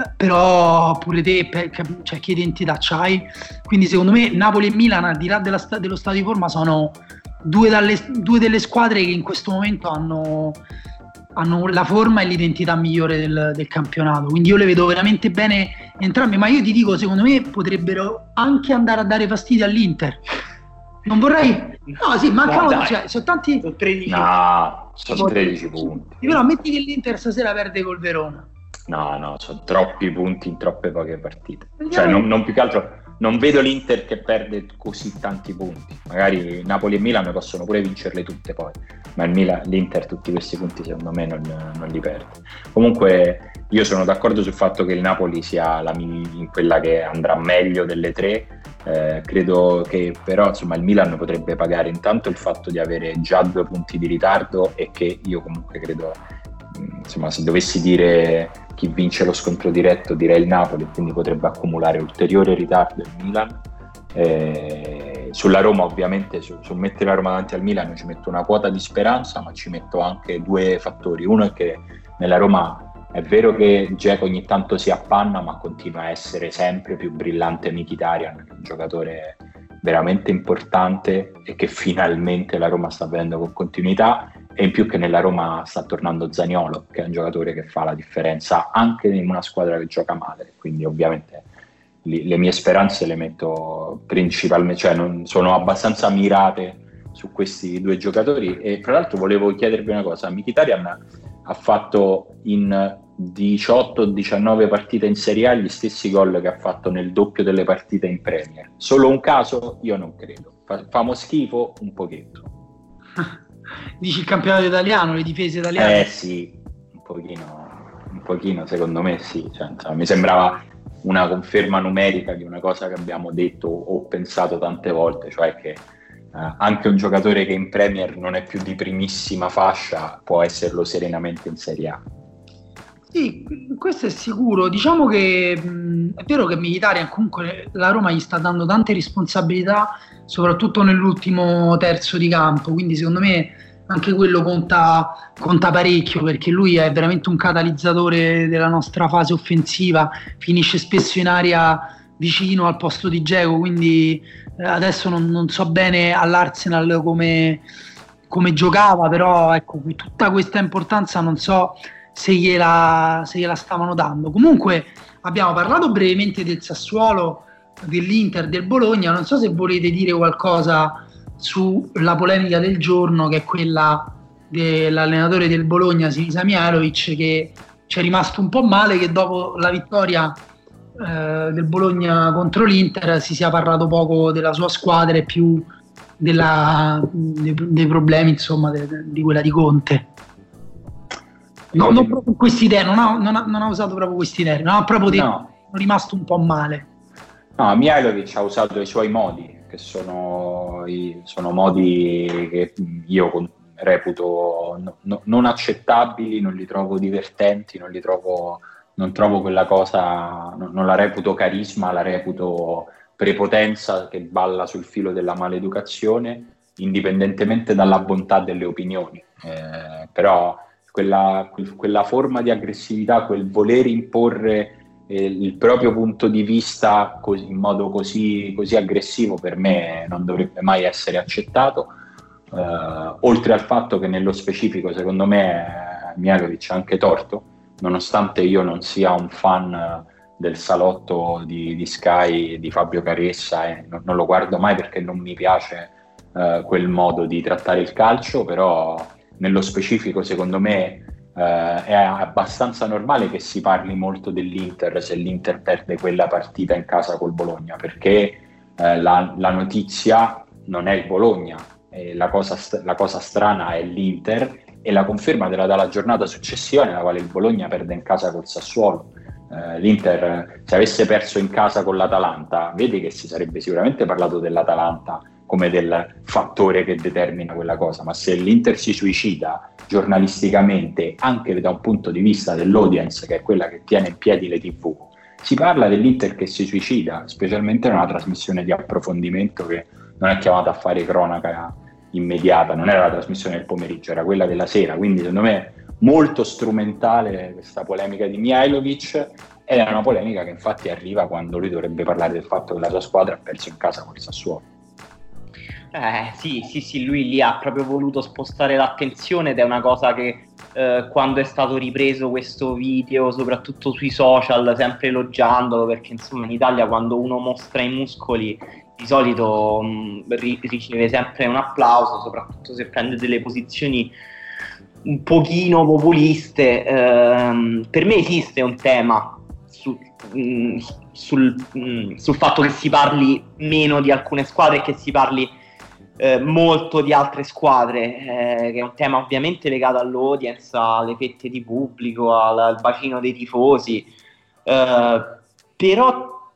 però pure te, cioè, che identità c'hai? Quindi secondo me Napoli e Milan, al di là della, dello stato di forma, sono due, dalle, due delle squadre che in questo momento hanno, hanno la forma e l'identità migliore del, del campionato, quindi io le vedo veramente bene entrambe. Ma io ti dico, secondo me potrebbero anche andare a dare fastidio all'Inter. Non vorrei, no, sì, mancano, no, cioè, sono tanti. Sono tredici. No, sono tredici punti. Però ammetti che l'Inter stasera perde col Verona. No, no, sono troppi punti in troppe poche partite. Cioè, non, non più che altro, non vedo l'Inter che perde così tanti punti. Magari Napoli e Milan possono pure vincerle tutte poi, ma il Milan, l'Inter tutti questi punti secondo me non, non li perde. Comunque io sono d'accordo sul fatto che il Napoli sia la, in quella che andrà meglio delle tre. Eh, credo che però insomma il Milan potrebbe pagare intanto il fatto di avere già due punti di ritardo, e che io comunque credo, insomma, se dovessi dire chi vince lo scontro diretto direi il Napoli, quindi potrebbe accumulare ulteriore ritardo il Milan. Eh, sulla Roma ovviamente, su, su mettere la Roma davanti al Milan ci metto una quota di speranza, ma ci metto anche due fattori. Uno è che nella Roma è vero che Dzeko ogni tanto si appanna, ma continua a essere sempre più brillante Mkhitaryan, che è un giocatore veramente importante e che finalmente la Roma sta vedendo con continuità, e in più che nella Roma sta tornando Zaniolo, che è un giocatore che fa la differenza anche in una squadra che gioca male. Quindi ovviamente li, le mie speranze le metto principalmente, cioè non, sono abbastanza mirate su questi due giocatori. E tra l'altro volevo chiedervi una cosa: Mkhitaryan ha fatto in diciotto diciannove partite in Serie A gli stessi gol che ha fatto nel doppio delle partite in Premier. Solo un caso? Io non credo. Fa, famo schifo un pochetto. Dici il campionato italiano, le difese italiane? Eh sì, un pochino, un pochino secondo me sì. Cioè, insomma, mi sembrava una conferma numerica di una cosa che abbiamo detto o pensato tante volte, cioè che Uh, anche un giocatore che in Premier non è più di primissima fascia può esserlo serenamente in Serie A. Sì, questo è sicuro. Diciamo che mh, è vero che Mkhitaryan comunque la Roma gli sta dando tante responsabilità, soprattutto nell'ultimo terzo di campo, quindi secondo me anche quello conta, conta parecchio, perché lui è veramente un catalizzatore della nostra fase offensiva, finisce spesso in area vicino al posto di Dzeko, quindi adesso non, non so bene all'Arsenal come, come giocava, però ecco, tutta questa importanza non so se gliela, se gliela stavano dando. Comunque abbiamo parlato brevemente del Sassuolo, dell'Inter, del Bologna. Non so se volete dire qualcosa sulla polemica del giorno, che è quella dell'allenatore del Bologna, Sinisa Mihajlovic, che ci è rimasto un po' male che dopo la vittoria eh, del Bologna contro l'Inter si sia parlato poco della sua squadra e più della, dei, dei problemi, insomma, de, di quella di Conte. No, non proprio questi termini, non ha, non, ha, non ha usato proprio questi termini, non ha proprio detto, no. È rimasto un po' male. No, Mihajlovic ha usato i suoi modi, che sono, i, sono modi che io reputo no, no, non accettabili, non li trovo divertenti, non li trovo, non trovo quella cosa, non, non la reputo carisma, la reputo prepotenza che balla sul filo della maleducazione, indipendentemente dalla bontà delle opinioni. Eh, però quella, quella forma di aggressività, quel voler imporre eh, il proprio punto di vista così, in modo così, così aggressivo, per me non dovrebbe mai essere accettato. Eh, oltre al fatto che nello specifico secondo me Mihajlovic ha anche torto, nonostante io non sia un fan del salotto di, di Sky, di Fabio Caressa, e non, non lo guardo mai perché non mi piace eh, quel modo di trattare il calcio, però nello specifico secondo me eh, è abbastanza normale che si parli molto dell'Inter se l'Inter perde quella partita in casa col Bologna, perché eh, la, la notizia non è il Bologna, e la, cosa st- la cosa strana è l'Inter, e la conferma della, dalla giornata successiva nella quale il Bologna perde in casa col Sassuolo. Eh, L'Inter, se avesse perso in casa con l'Atalanta, vedi che si sarebbe sicuramente parlato dell'Atalanta come del fattore che determina quella cosa, ma se l'Inter si suicida giornalisticamente, anche da un punto di vista dell'audience, che è quella che tiene in piedi le tivù, si parla dell'Inter che si suicida, specialmente in una trasmissione di approfondimento che non è chiamata a fare cronaca immediata, non era la trasmissione del pomeriggio, era quella della sera. Quindi secondo me molto strumentale questa polemica di Mihajlovic, ed è una polemica che infatti arriva quando lui dovrebbe parlare del fatto che la sua squadra ha perso in casa col Sassuolo. Eh, sì, sì, sì, lui lì ha proprio voluto spostare l'attenzione, ed è una cosa che eh, quando è stato ripreso questo video, soprattutto sui social, sempre elogiandolo, perché insomma in Italia quando uno mostra i muscoli di solito mh, ri- riceve sempre un applauso, soprattutto se prende delle posizioni un pochino populiste. Eh, per me esiste un tema su, mh, sul, mh, sul fatto che si parli meno di alcune squadre e che si parli Eh, molto di altre squadre, eh, che è un tema ovviamente legato all'audience, alle fette di pubblico, al, al bacino dei tifosi, eh, però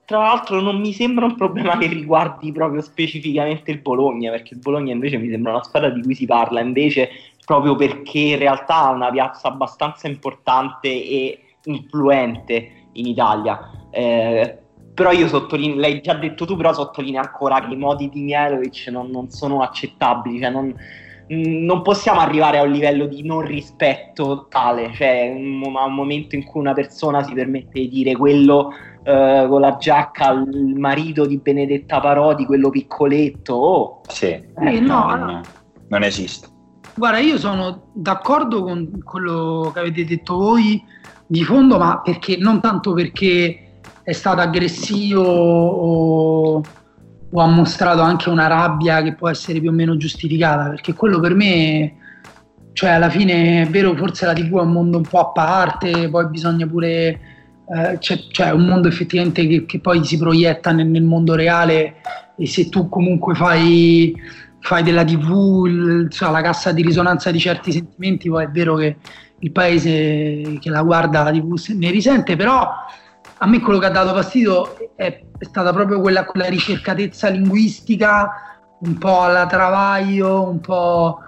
tra l'altro non mi sembra un problema che riguardi proprio specificamente il Bologna, perché il Bologna invece mi sembra una squadra di cui si parla invece proprio perché in realtà ha una piazza abbastanza importante e influente in Italia. Eh, però io sottolineo, l'hai già detto tu, però sottolineo ancora che i modi di Mihajlovic non, non sono accettabili, cioè non, non possiamo arrivare a un livello di non rispetto tale, cioè un, a un momento in cui una persona si permette di dire quello uh, con la giacca al marito di Benedetta Parodi, quello piccoletto, oh. Sì, eh, no, no, non, non esiste. Guarda, io sono d'accordo con quello che avete detto voi di fondo, ma perché non tanto perché è stato aggressivo o, o ha mostrato anche una rabbia che può essere più o meno giustificata, perché quello per me, cioè alla fine è vero, forse la tivù è un mondo un po' a parte, poi bisogna pure, eh, c'è, cioè un mondo effettivamente che, che poi si proietta nel, nel mondo reale, e se tu comunque fai, fai della tivù il, cioè, la cassa di risonanza di certi sentimenti, poi è vero che il paese che la guarda la tivù ne risente, però a me quello che ha dato fastidio è, è stata proprio quella, quella ricercatezza linguistica, un po' alla Travaglio, un po',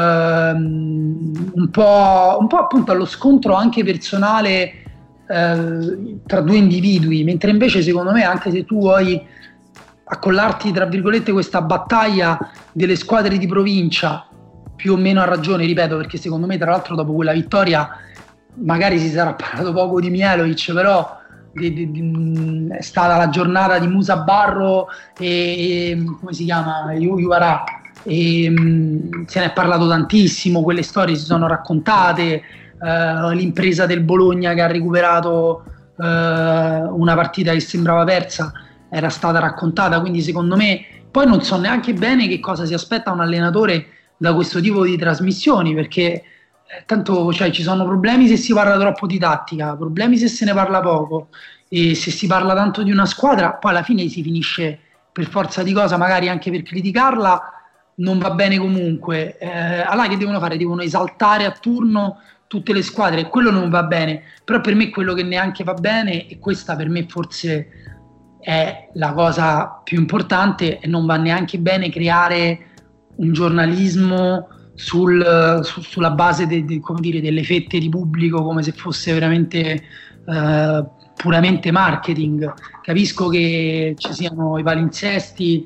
ehm, un po', un po' appunto allo scontro anche personale eh, tra due individui, mentre invece secondo me, anche se tu vuoi accollarti tra virgolette questa battaglia delle squadre di provincia, più o meno a ragione, ripeto, perché secondo me tra l'altro dopo quella vittoria magari si sarà parlato poco di Mihajlovic, però di, di, di, è stata la giornata di Musa Barro e, e come si chiama, Juvarà, e mh, se ne è parlato tantissimo, quelle storie si sono raccontate, eh, l'impresa del Bologna che ha recuperato eh, una partita che sembrava persa era stata raccontata, quindi secondo me poi non so neanche bene che cosa si aspetta un allenatore da questo tipo di trasmissioni, perché eh, tanto cioè, ci sono problemi se si parla troppo di tattica, problemi se se ne parla poco, e se si parla tanto di una squadra poi alla fine si finisce per forza di cosa, magari anche per criticarla non va bene comunque, eh, allora che devono fare? Devono esaltare a turno tutte le squadre, quello non va bene, però per me quello che neanche va bene, e questa per me forse è la cosa più importante, e non va neanche bene creare un giornalismo sul, su, sulla base de, de, come dire, delle fette di pubblico, come se fosse veramente eh, puramente marketing. Capisco che ci siano i palinsesti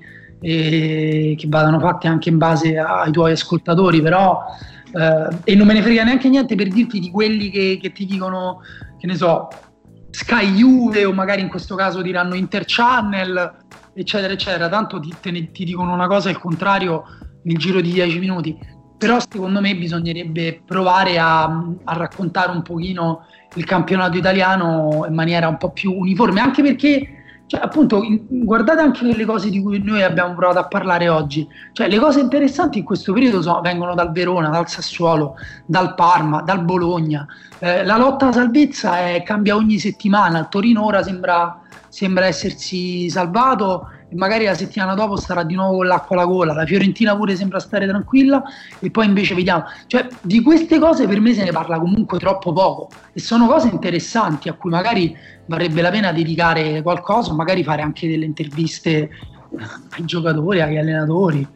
e che vadano fatti anche in base ai tuoi ascoltatori, però eh, e non me ne frega neanche niente per dirti di quelli che, che ti dicono, che ne so, Sky Juve, o magari in questo caso diranno Interchannel, eccetera eccetera, tanto ti, te ne, ti dicono una cosa e il contrario nel giro di dieci minuti. Però secondo me bisognerebbe provare a, a raccontare un pochino il campionato italiano in maniera un po' più uniforme, anche perché cioè, appunto, guardate anche le cose di cui noi abbiamo provato a parlare oggi, cioè le cose interessanti in questo periodo sono, vengono dal Verona, dal Sassuolo, dal Parma, dal Bologna, eh, la lotta alla salvezza è, cambia ogni settimana, il Torino ora sembra, sembra essersi salvato e magari la settimana dopo starà di nuovo con l'acqua alla gola, la Fiorentina pure sembra stare tranquilla e poi invece vediamo, cioè di queste cose per me se ne parla comunque troppo poco e sono cose interessanti a cui magari varrebbe la pena dedicare qualcosa, magari fare anche delle interviste ai giocatori, agli allenatori.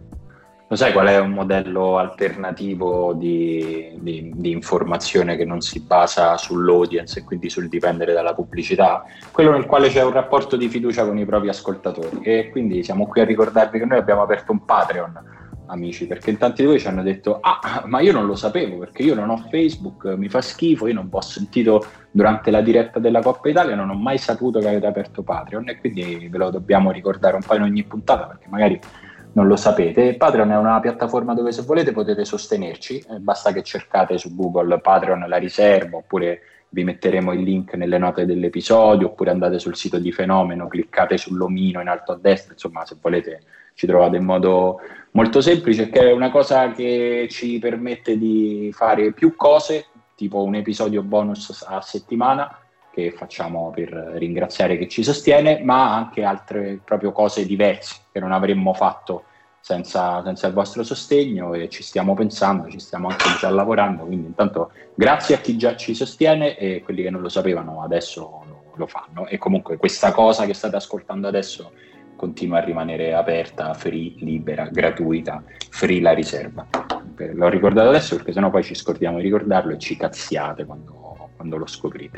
Lo sai qual è un modello alternativo di, di, di informazione che non si basa sull'audience e quindi sul dipendere dalla pubblicità? Quello nel quale c'è un rapporto di fiducia con i propri ascoltatori, e quindi siamo qui a ricordarvi che noi abbiamo aperto un Patreon, amici, perché in tanti di voi ci hanno detto ah, ma io non lo sapevo perché io non ho Facebook, mi fa schifo, io non ho sentito durante la diretta della Coppa Italia, non ho mai saputo che avete aperto Patreon, e quindi ve lo dobbiamo ricordare un po' in ogni puntata perché magari non lo sapete. Patreon è una piattaforma dove se volete potete sostenerci, eh, basta che cercate su Google Patreon la riserva, oppure vi metteremo il link nelle note dell'episodio, oppure andate sul sito di Fenomeno, cliccate sull'omino in alto a destra, insomma se volete ci trovate in modo molto semplice, che è una cosa che ci permette di fare più cose, tipo un episodio bonus a settimana che facciamo per ringraziare chi ci sostiene, ma anche altre proprio cose diverse che non avremmo fatto senza, senza il vostro sostegno, e ci stiamo pensando, ci stiamo anche già lavorando, quindi intanto grazie a chi già ci sostiene, e quelli che non lo sapevano adesso lo, lo fanno, e comunque questa cosa che state ascoltando adesso continua a rimanere aperta, free, libera, gratuita, free la riserva. L'ho ricordato adesso perché sennò poi ci scordiamo di ricordarlo e ci cazziate quando, quando lo scoprite.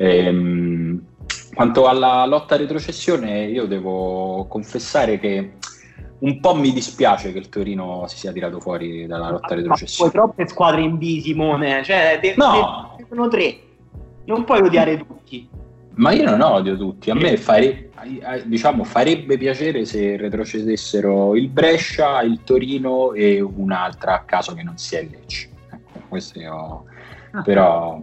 Ehm, quanto alla lotta retrocessione, io devo confessare che un po' mi dispiace che il Torino si sia tirato fuori dalla lotta retrocessione. Ma poi troppe squadre in B, Simone, cioè de- no. de- sono tre, non puoi odiare tutti. Ma io non odio tutti, a me fare, diciamo, farebbe piacere se retrocedessero il Brescia, il Torino e un'altra a caso che non sia il Lecce. Ecco, questo io, ah. però,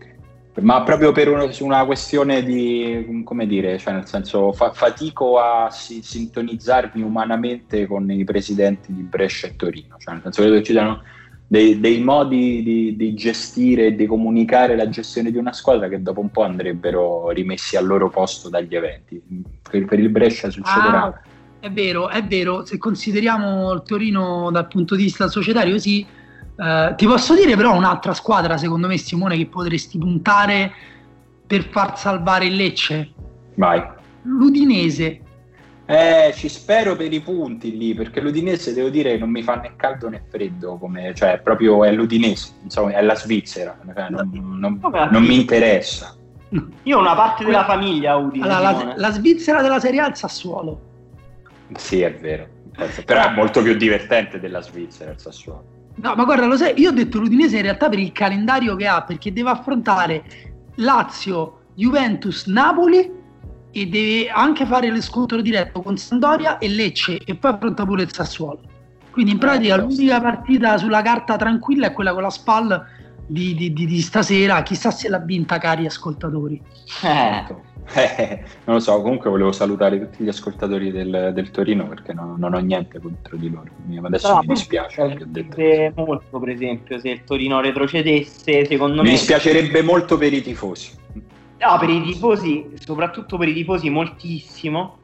ma proprio per una, una questione di, come dire, cioè nel senso fa, fatico a si, sintonizzarmi umanamente con i presidenti di Brescia e Torino, cioè nel senso che ci siano Dei, dei modi di, di gestire e di comunicare la gestione di una squadra che dopo un po' andrebbero rimessi al loro posto dagli eventi. Per, per il Brescia succederà. Ah, è vero, è vero, se consideriamo il Torino dal punto di vista societario, sì. Eh, ti posso dire però un'altra squadra, secondo me, Simone, che potresti puntare per far salvare il Lecce. Vai. L'Udinese. Eh, ci spero per i punti lì, perché l'Udinese, devo dire, non mi fa né caldo né freddo, come, cioè proprio è l'Udinese, insomma, è la Svizzera, cioè, non, non, non mi interessa. Io ho una parte della famiglia Udine. Allora, la, la Svizzera della Serie A è il Sassuolo. Sì, è vero, però è molto più divertente della Svizzera il Sassuolo. No, ma guarda, lo sai, io ho detto l'Udinese in realtà per il calendario che ha, perché deve affrontare Lazio, Juventus, Napoli, e deve anche fare lo scontro diretto con Sampdoria e Lecce, e poi affronta pure il Sassuolo. Quindi in pratica eh, l'unica partita sulla carta tranquilla è quella con la S P A L di, di, di, di stasera. Chissà se l'ha vinta, cari ascoltatori. Eh. Eh, non lo so, comunque volevo salutare tutti gli ascoltatori del, del Torino, perché no, non ho niente contro di loro, adesso no, mi dispiace. Mi dispiacerebbe molto, per esempio, se il Torino retrocedesse, secondo mi me... Mi dispiacerebbe molto per i tifosi. No, per i tifosi, soprattutto per i tifosi moltissimo.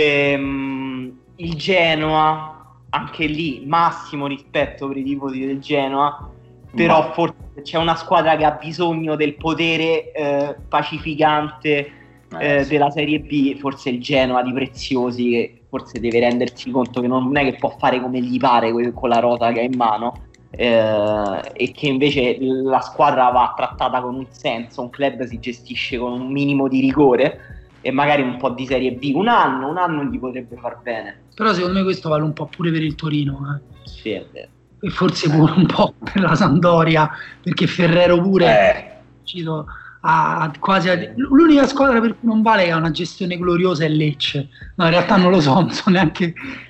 Ehm, il Genoa, anche lì massimo rispetto per i tifosi del Genoa, però no. Forse c'è una squadra che ha bisogno del potere eh, pacificante eh, eh, sì. della Serie B, forse il Genoa di Preziosi, che forse deve rendersi conto che non è che può fare come gli pare con la rosa che ha in mano. Eh, e che invece la squadra va trattata con un senso, un club si gestisce con un minimo di rigore e magari un po' di Serie B, un anno, un anno gli potrebbe far bene. Però secondo me questo vale un po' pure per il Torino, eh. Sì, è vero. E forse pure un po' per la Sampdoria, perché Ferrero pure è uscito a, quasi a, l'unica squadra per cui non vale che ha una gestione gloriosa è Lecce. No, in realtà non lo so, non so neanche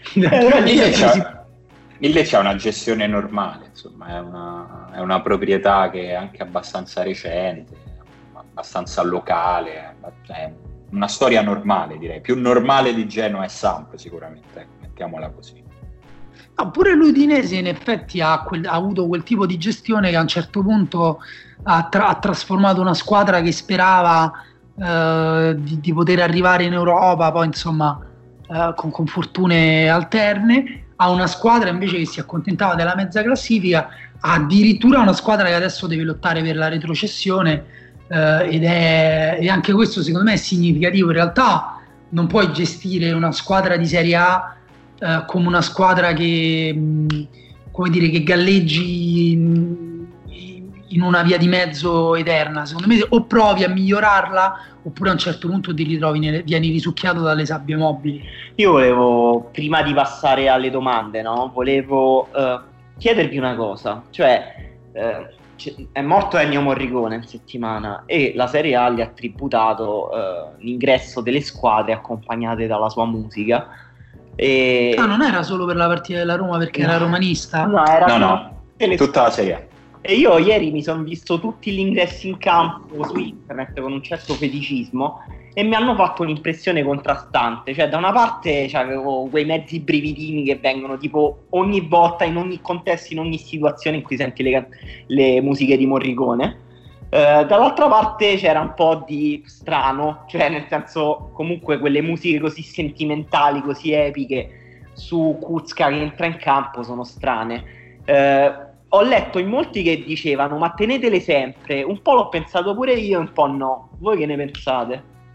eh, il Lecce ha una gestione normale, insomma, è una, è una proprietà che è anche abbastanza recente, abbastanza locale, è una storia normale, direi, più normale di Genoa e Samp sicuramente, ecco, mettiamola così. No, pure l'Udinese in effetti ha, quel, ha avuto quel tipo di gestione che a un certo punto ha, tra, ha trasformato una squadra che sperava eh, di, di poter arrivare in Europa, poi insomma eh, con, con fortune alterne, a una squadra invece che si accontentava della mezza classifica, addirittura una squadra che adesso deve lottare per la retrocessione, eh, ed è e anche questo secondo me è significativo. In realtà non puoi gestire una squadra di Serie A eh, come una squadra che mh, come dire che galleggi in, in una via di mezzo eterna. Secondo me o provi a migliorarla oppure a un certo punto ti ritrovi nelle, vieni risucchiato dalle sabbie mobili. Io volevo, prima di passare alle domande, no, volevo uh, chiedervi una cosa, cioè uh, è morto Ennio Morricone in settimana e la Serie A gli ha tributato uh, l'ingresso delle squadre accompagnate dalla sua musica. E... Ah, non era solo per la partita della Roma perché no. era romanista? No, era no, no. Le... tutta la Serie A. E io ieri mi sono visto tutti gli ingressi in campo su internet con un certo feticismo e mi hanno fatto un'impressione contrastante. Cioè, da una parte c'avevo quei mezzi brividini che vengono tipo ogni volta, in ogni contesto, in ogni situazione in cui senti le, le musiche di Morricone. Eh, dall'altra parte c'era un po' di strano, cioè nel senso, comunque quelle musiche così sentimentali, così epiche su Kuzka che entra in campo sono strane. Eh, Ho letto in molti che dicevano ma tenetele sempre, un po' l'ho pensato pure io, un po' no. Voi che ne pensate?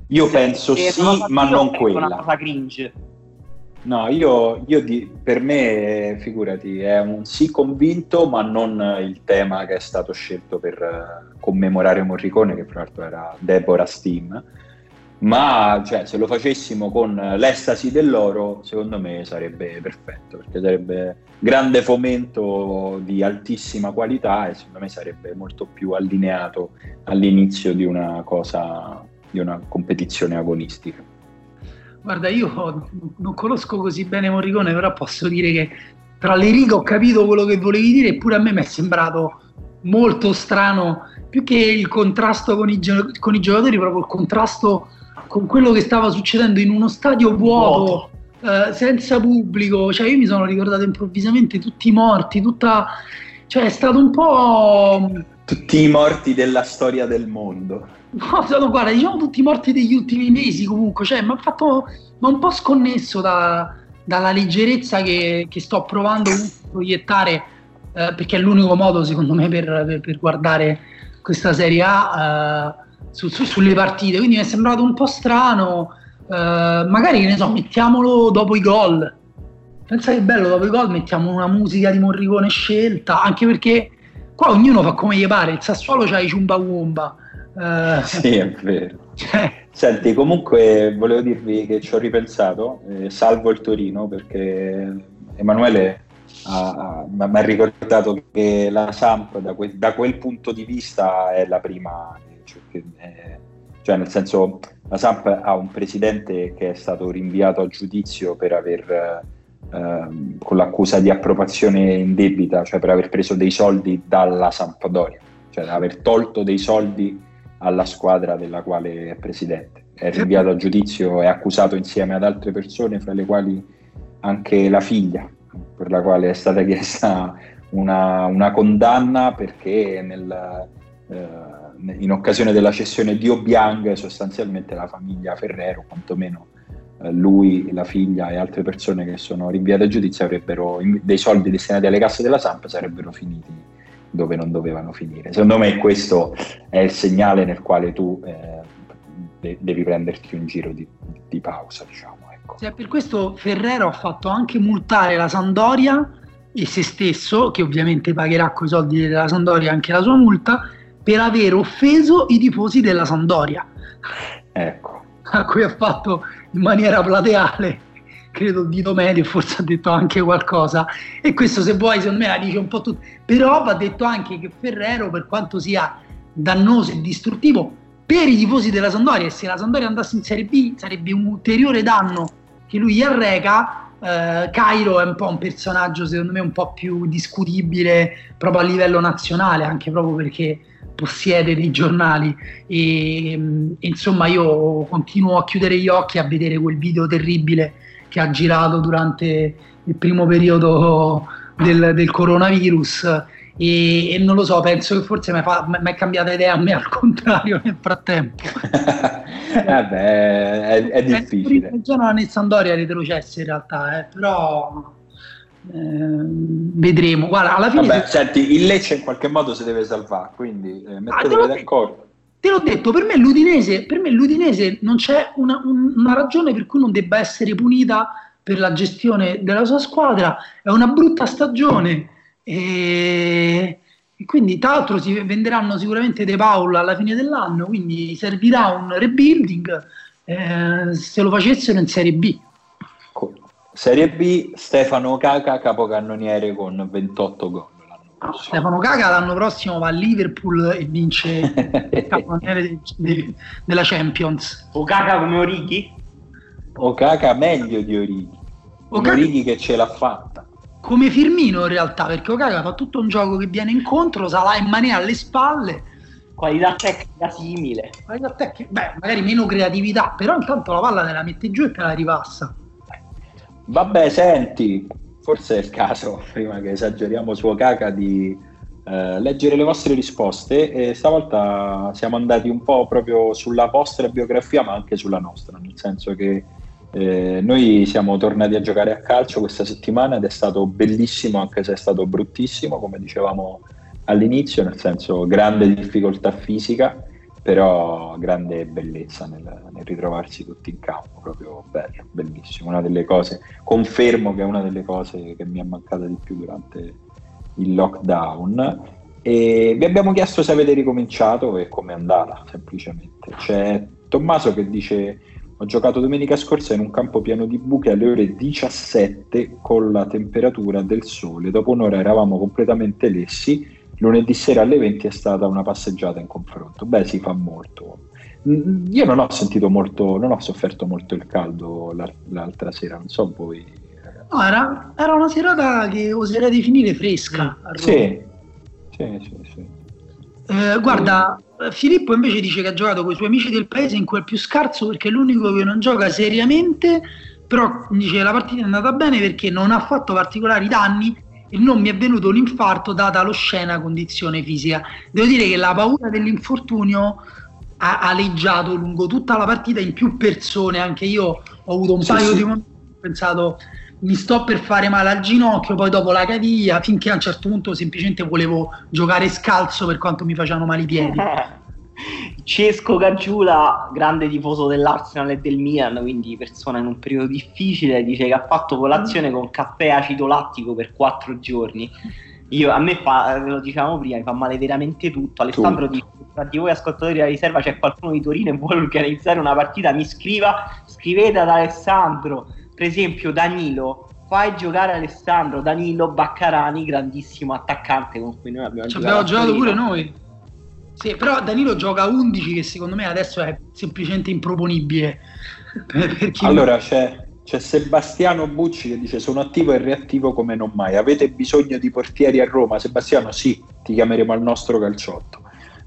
Io sì, penso sì, ma non quella. Una cosa cringe. No, io, io di, per me, figurati, è un sì convinto, ma non il tema che è stato scelto per uh, commemorare Morricone, che fra l'altro era Deborah Steam. Ma cioè, se lo facessimo con l'estasi dell'oro, secondo me sarebbe perfetto, perché sarebbe grande fomento di altissima qualità e secondo me sarebbe molto più allineato all'inizio di una cosa, di una competizione agonistica. Guarda, io non conosco così bene Morricone, però posso dire che tra le righe ho capito quello che volevi dire, eppure a me mi è sembrato molto strano, più che il contrasto con i, con i giocatori, proprio il contrasto con quello che stava succedendo in uno stadio vuoto, eh, senza pubblico. Cioè io mi sono ricordato improvvisamente tutti i morti, tutta, cioè è stato un po'... Tutti i morti della storia del mondo. No, sono, guarda, diciamo tutti i morti degli ultimi mesi comunque, cioè mi ha fatto, ma un po' sconnesso da, dalla leggerezza che, che sto provando a proiettare, eh, perché è l'unico modo secondo me per, per, per guardare questa Serie A, eh, Su, su, sulle partite, quindi mi è sembrato un po' strano. Uh, magari, che ne so, mettiamolo dopo i gol. Pensa che bello, dopo i gol mettiamo una musica di Morricone scelta, anche perché qua ognuno fa come gli pare. Il Sassuolo c'ha i Chumbawamba. Uh, sì, è vero. Cioè... Senti, comunque volevo dirvi che ci ho ripensato, eh, salvo il Torino, perché Emanuele mi ha ricordato che la Samp da, que- da quel punto di vista è la prima. Cioè, nel senso, la Samp ha un presidente che è stato rinviato a giudizio per aver eh, con l'accusa di appropriazione indebita, cioè per aver preso dei soldi dalla Sampdoria, cioè aver tolto dei soldi alla squadra della quale è presidente. È rinviato a giudizio, è accusato insieme ad altre persone, fra le quali anche la figlia, per la quale è stata chiesta una, una condanna perché nel eh, in occasione della cessione di Obiang sostanzialmente la famiglia Ferrero, quantomeno eh, lui, la figlia e altre persone che sono rinviate a giudizio, avrebbero dei soldi destinati alle casse della Samp, sarebbero finiti dove non dovevano finire. Secondo me questo è il segnale nel quale tu eh, de- devi prenderti un giro di, di pausa, diciamo. Ecco. Cioè, per questo Ferrero ha fatto anche multare la Sampdoria e se stesso, che ovviamente pagherà coi soldi della Sampdoria anche la sua multa, per aver offeso i tifosi della Sampdoria, ecco, a cui ha fatto in maniera plateale, credo il dito medio, forse ha detto anche qualcosa, e questo, se vuoi, secondo me la dice un po' tutto. Però va detto anche che Ferrero, per quanto sia dannoso e distruttivo per i tifosi della Sampdoria, e se la Sampdoria andasse in Serie B sarebbe un ulteriore danno che lui gli arreca. Uh, Cairo è un po' un personaggio secondo me un po' più discutibile proprio a livello nazionale, anche proprio perché possiede dei giornali e, e insomma io continuo a chiudere gli occhi a vedere quel video terribile che ha girato durante il primo periodo del, del coronavirus e, e non lo so, penso che forse mi è cambiata idea a me al contrario nel frattempo. Vabbè, è, è difficile. Già non né Sampdoria retrocesse in realtà, eh, però eh, vedremo. Guarda, alla fine Vabbè, se... senti, il Lecce in qualche modo si deve salvare, quindi eh, mettetevi ah, d'accordo. Te l'ho detto, per me l'Udinese, per me l'Udinese non c'è una, un, una ragione per cui non debba essere punita per la gestione della sua squadra. È una brutta stagione e, e quindi tra l'altro si venderanno sicuramente De Paul alla fine dell'anno, quindi servirà un rebuilding, eh, se lo facessero in Serie B. Serie B, Stefano Caca capocannoniere con ventotto gol. No, Stefano Caca l'anno prossimo va a Liverpool e vince il capocannoniere de, de, della Champions. O Caca come Origi? O Caca meglio di Origi. Come Origi che ce l'ha fatta. Come Firmino in realtà, perché Okaka fa tutto un gioco che viene incontro, Salah e Mané alle spalle. Qualità tecnica simile. Qualità tecnica, beh, magari meno creatività, però intanto la palla te la mette giù e te la ripassa. Vabbè, senti, forse è il caso, prima che esageriamo su Okaka, di eh, leggere le vostre risposte e stavolta siamo andati un po' proprio sulla vostra biografia, ma anche sulla nostra, nel senso che Eh, noi siamo tornati a giocare a calcio questa settimana ed è stato bellissimo, anche se è stato bruttissimo, come dicevamo all'inizio, nel senso grande difficoltà fisica, però grande bellezza nel, nel ritrovarsi tutti in campo, proprio bello, bellissimo, una delle cose, confermo che è una delle cose che mi è mancata di più durante il lockdown. E vi abbiamo chiesto se avete ricominciato e com'è andata, semplicemente. C'è Tommaso che dice: ho giocato domenica scorsa in un campo pieno di buche alle ore diciassette con la temperatura del sole, dopo un'ora eravamo completamente lessi. Lunedì sera alle venti è stata una passeggiata in confronto. Beh, si fa molto. Io non ho sentito molto, non ho sofferto molto il caldo l'altra sera, non so voi. No, era, era una serata che oserei definire fresca. Mm. Sì, sì, sì, sì. Eh, guarda, eh. Filippo invece dice che ha giocato con i suoi amici del paese in quel più scarso perché è l'unico che non gioca seriamente, però dice la partita è andata bene perché non ha fatto particolari danni e non mi è venuto l'infarto data l'oscena condizione fisica. Devo dire che la paura dell'infortunio ha aleggiato lungo tutta la partita in più persone, anche io ho avuto un sì, paio sì. di momenti, ho pensato mi sto per fare male al ginocchio, poi dopo la caviglia, finché a un certo punto semplicemente volevo giocare scalzo per quanto mi facevano male i piedi. Cesco Caggiula, grande tifoso dell'Arsenal e del Milan, quindi persona in un periodo difficile, dice che ha fatto colazione con caffè acido lattico per quattro giorni. Io, a me fa, ve lo dicevamo prima, mi fa male veramente tutto. Alessandro dice: tra di voi ascoltatori della riserva c'è qualcuno di Torino e vuole organizzare una partita, mi scriva, scrivete ad Alessandro. Per esempio Danilo, fai giocare Alessandro. Danilo Baccarani, grandissimo attaccante con cui noi abbiamo Ci giocato, abbiamo giocato pure noi. Sì, però Danilo gioca undici che secondo me adesso è semplicemente improponibile. Allora c'è, c'è Sebastiano Bucci che dice: sono attivo e reattivo come non mai, avete bisogno di portieri a Roma? Sebastiano, sì, ti chiameremo al nostro calciotto,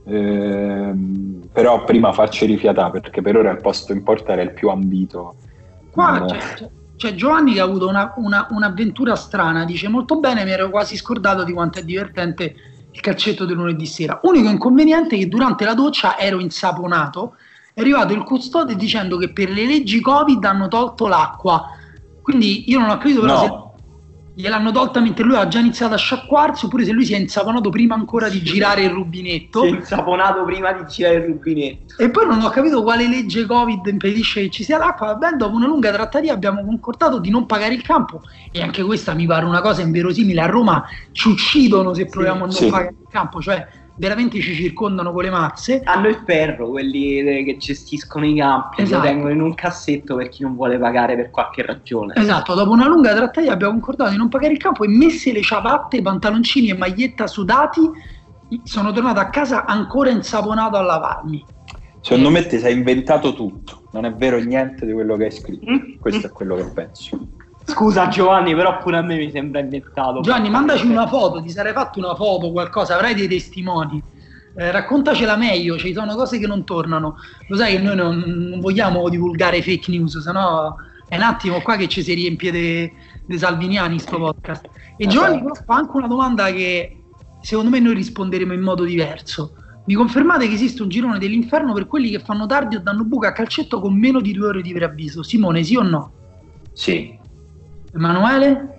ehm, però prima farci rifiatare perché per ora il posto in porta era il più ambito. Qua c'è, c'è, c'è Giovanni che ha avuto una, una, un'avventura strana, dice: molto bene, mi ero quasi scordato di quanto è divertente il calcetto del lunedì sera. Unico inconveniente è che durante la doccia ero insaponato, è arrivato il custode dicendo che per le leggi Covid hanno tolto l'acqua, quindi io non ho capito però no. se gliel'hanno tolta mentre lui ha già iniziato a sciacquarsi oppure se lui si è insaponato prima ancora di girare il rubinetto. Si è insaponato prima di girare il rubinetto. E poi non ho capito quale legge Covid impedisce che ci sia l'acqua. Vabbè, dopo una lunga trattativa abbiamo concordato di non pagare il campo e anche questa mi pare una cosa inverosimile. A Roma ci uccidono se proviamo sì, a non sì. pagare il campo, cioè veramente ci circondano con le mazze. Hanno il ferro quelli che gestiscono i campi, esatto. Lo tengono in un cassetto per chi non vuole pagare per qualche ragione. Esatto, dopo una lunga trattativa abbiamo concordato di non pagare il campo e messe le ciabatte, pantaloncini e maglietta sudati, sono tornato a casa ancora insaponato a lavarmi. Secondo me ti sei inventato tutto, non è vero niente di quello che hai scritto, mm. questo è quello che penso. Scusa Giovanni, però pure a me mi sembra inventato. Giovanni, mandaci una foto, ti sarei fatto una foto, qualcosa, avrai dei testimoni. Eh, raccontacela meglio, ci sono cose che non tornano. Lo sai che noi non, non vogliamo divulgare fake news, sennò è un attimo qua che ci si riempie dei de salviniani sto podcast. E Giovanni però fa anche una domanda che secondo me noi risponderemo in modo diverso. Mi confermate che esiste un girone dell'inferno per quelli che fanno tardi o danno buca a calcetto con meno di due ore di preavviso? Simone, sì o no? Sì. Emanuele?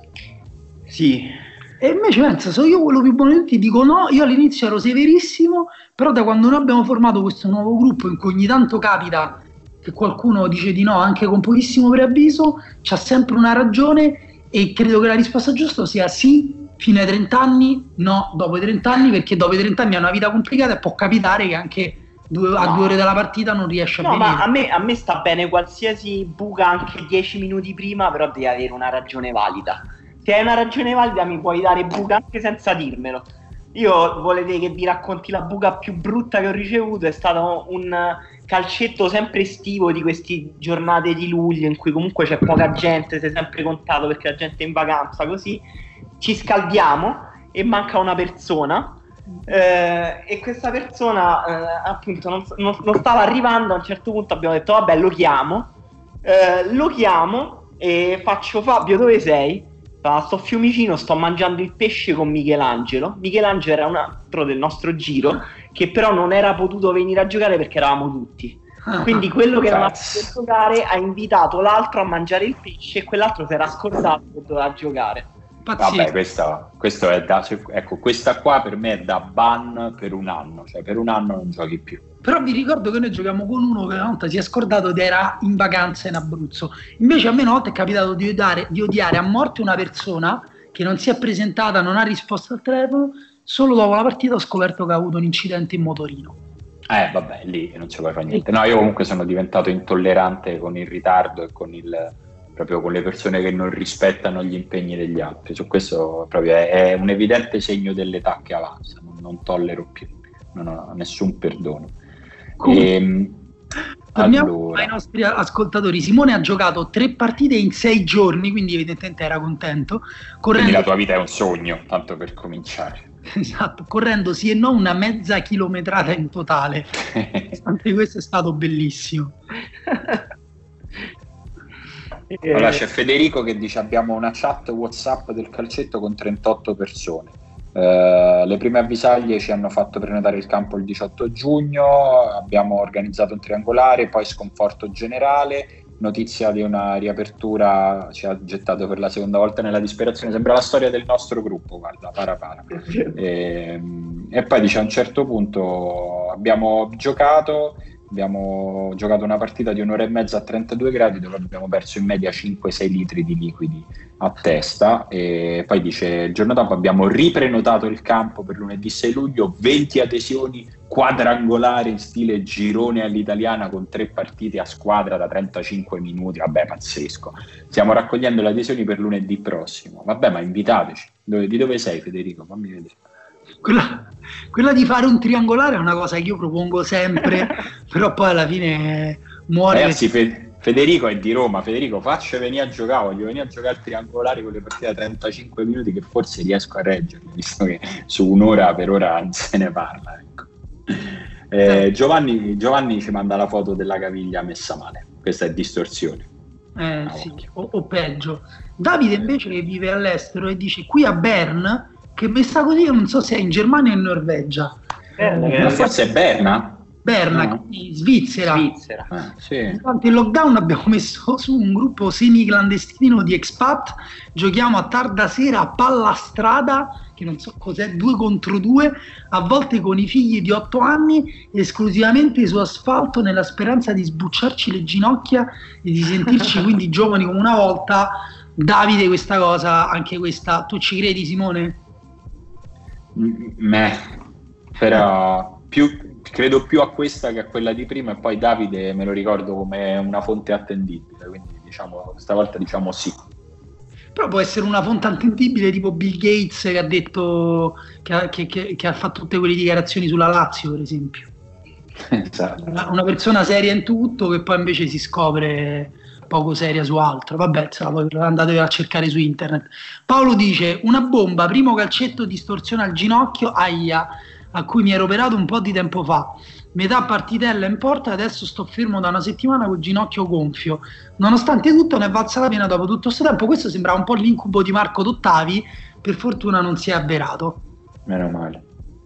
Sì. E invece pensa, so io quello più buono di tutti, dico no, io all'inizio ero severissimo, però da quando noi abbiamo formato questo nuovo gruppo in cui ogni tanto capita che qualcuno dice di no anche con pochissimo preavviso, c'ha sempre una ragione e credo che la risposta giusta sia sì fino ai trenta anni, no dopo i trenta anni, perché dopo i trenta anni è una vita complicata e può capitare che anche Due, no. a due ore dalla partita non riesce a no, venire. Ma a me, a me sta bene qualsiasi buca anche dieci minuti prima, però devi avere una ragione valida. Se hai una ragione valida mi puoi dare buca anche senza dirmelo. Io volete che vi racconti la buca più brutta che ho ricevuto? È stato un calcetto sempre estivo di queste giornate di luglio in cui comunque c'è poca gente, sei sempre contato perché la gente è in vacanza, così ci scaldiamo e manca una persona. Eh, e questa persona eh, appunto non, non, non stava arrivando. A un certo punto abbiamo detto vabbè lo chiamo eh, lo chiamo e faccio: Fabio, dove sei? Fa, sto a Fiumicino, sto mangiando il pesce con Michelangelo. Michelangelo era un altro del nostro giro che però non era potuto venire a giocare perché eravamo tutti, quindi quello che non ha potuto giocare ha invitato l'altro a mangiare il pesce e quell'altro si era scordato che doveva giocare. Pazzesco. Vabbè, questa, questo è da, ecco, questa qua per me è da ban per un anno, cioè per un anno non giochi più. Però vi ricordo che noi giochiamo con uno che una volta si è scordato ed era in vacanza in Abruzzo. Invece a me una volta è capitato di odiare, di odiare a morte una persona che non si è presentata, non ha risposto al telefono, solo dopo la partita ho scoperto che ha avuto un incidente in motorino. Eh vabbè, lì non ci puoi fare niente. No, io comunque sono diventato intollerante con il ritardo e con il proprio con le persone che non rispettano gli impegni degli altri. Su questo proprio è, è un evidente segno dell'età che avanza, non, non tollero più, non ho nessun perdono. E, torniamo allora. ai nostri ascoltatori. Simone ha giocato tre partite in sei giorni, quindi evidentemente era contento. Quindi la tua vita è un sogno, tanto per cominciare. Esatto, correndo sì e no una mezza chilometrata in totale. Anche questo è stato bellissimo. Allora c'è Federico che dice: abbiamo una chat WhatsApp del calcetto con trentotto persone. Uh, le prime avvisaglie ci hanno fatto prenotare il campo il diciotto giugno, abbiamo organizzato un triangolare, poi sconforto generale, notizia di una riapertura ci ha gettato per la seconda volta nella disperazione. Sembra la storia del nostro gruppo, guarda, para para. E, e poi dice: a un certo punto abbiamo giocato abbiamo giocato una partita di un'ora e mezza a trentadue gradi dove abbiamo perso in media cinque sei litri di liquidi a testa. E poi dice: il giorno dopo abbiamo riprenotato il campo per lunedì sei luglio, venti adesioni quadrangolari in stile girone all'italiana con tre partite a squadra da trentacinque minuti. Vabbè, pazzesco. Stiamo raccogliendo le adesioni per lunedì prossimo. Vabbè, ma invitateci. Dove, di dove sei, Federico? Fammi vedere. Quella, quella di fare un triangolare è una cosa che io propongo sempre, però poi alla fine muore. Ragazzi, Fe- Federico è di Roma. Federico, faccia venire a giocare, voglio venire a giocare al triangolare con le partite da trentacinque minuti, che forse riesco a reggerle, visto che su un'ora per ora non se ne parla, ecco. eh, Giovanni, Giovanni ci manda la foto della caviglia messa male. Questa è distorsione. Eh, no, sì, o, o peggio. Davide invece che vive all'estero e dice: qui a Bern, che messa così, io non so se è in Germania o in Norvegia. Eh, eh, forse è Berna? Berna, no. in Svizzera. Svizzera. Ah, sì. Durante il lockdown abbiamo messo su un gruppo semi-clandestino di expat, giochiamo a tarda sera a pallastrada, che non so cos'è, due contro due, a volte con i figli di otto anni, esclusivamente su asfalto, nella speranza di sbucciarci le ginocchia e di sentirci quindi giovani come una volta. Davide, questa cosa, anche questa, tu ci credi, Simone? Me, però più, credo più a questa che a quella di prima, e poi Davide me lo ricordo come una fonte attendibile, quindi diciamo stavolta diciamo sì. Però può essere una fonte attendibile tipo Bill Gates, che ha detto che ha, che, che, che ha fatto tutte quelle dichiarazioni sulla Lazio, per esempio. Esatto. Una, una persona seria in tutto che poi invece si scopre poco seria su altro. Vabbè, poi andatevi a cercare su internet. Paolo dice: una bomba, primo calcetto, distorsione al ginocchio, aia, a cui mi ero operato un po' di tempo fa, metà partitella in porta, adesso sto fermo da una settimana col ginocchio gonfio, nonostante tutto ne è valsa la pena dopo tutto questo tempo. Questo sembrava un po' l'incubo di Marco Dottavi, per fortuna non si è avverato. Meno male.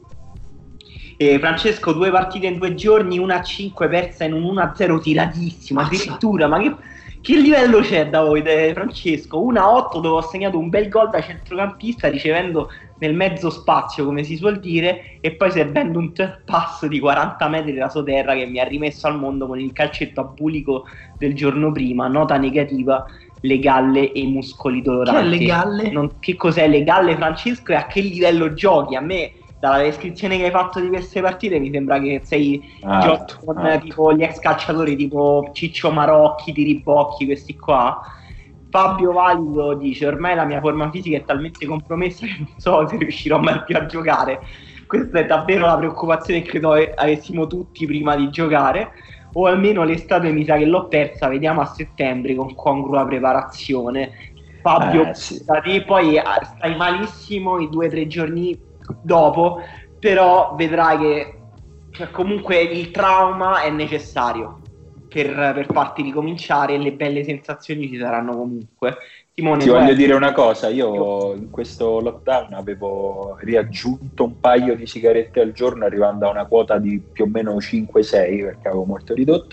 E Francesco, due partite in due giorni, una a cinque persa in un uno a zero tiratissimo, addirittura, ma che... Che livello c'è da voi, Francesco? uno a otto dove ho segnato un bel gol da centrocampista ricevendo nel mezzo spazio, come si suol dire, e poi servendo un third pass di quaranta metri da sotterra che mi ha rimesso al mondo con il calcetto a bulico del giorno prima. Nota negativa: le galle e i muscoli doloranti. Che è le galle? Non, che cos'è le galle, Francesco, e a che livello giochi? A me, dalla descrizione che hai fatto di queste partite, mi sembra che sei ah, con ah. tipo gli ex calciatori tipo Ciccio Marocchi, Tiribocchi, questi qua. Fabio Valido dice: ormai la mia forma fisica è talmente compromessa che non so se riuscirò mai più a giocare. Questa è davvero la preoccupazione che credo avessimo tutti prima di giocare, o almeno l'estate mi sa che l'ho persa. Vediamo a settembre con congrua preparazione. Fabio, eh, sì. Poi stai malissimo i due o tre giorni dopo, però vedrai che, cioè, comunque il trauma è necessario per, per farti ricominciare, e le belle sensazioni ci saranno comunque. Simone, ti voglio è... dire una cosa, io in questo lockdown avevo riaggiunto un paio di sigarette al giorno, arrivando a una quota di più o meno cinque sei, perché avevo molto ridotto,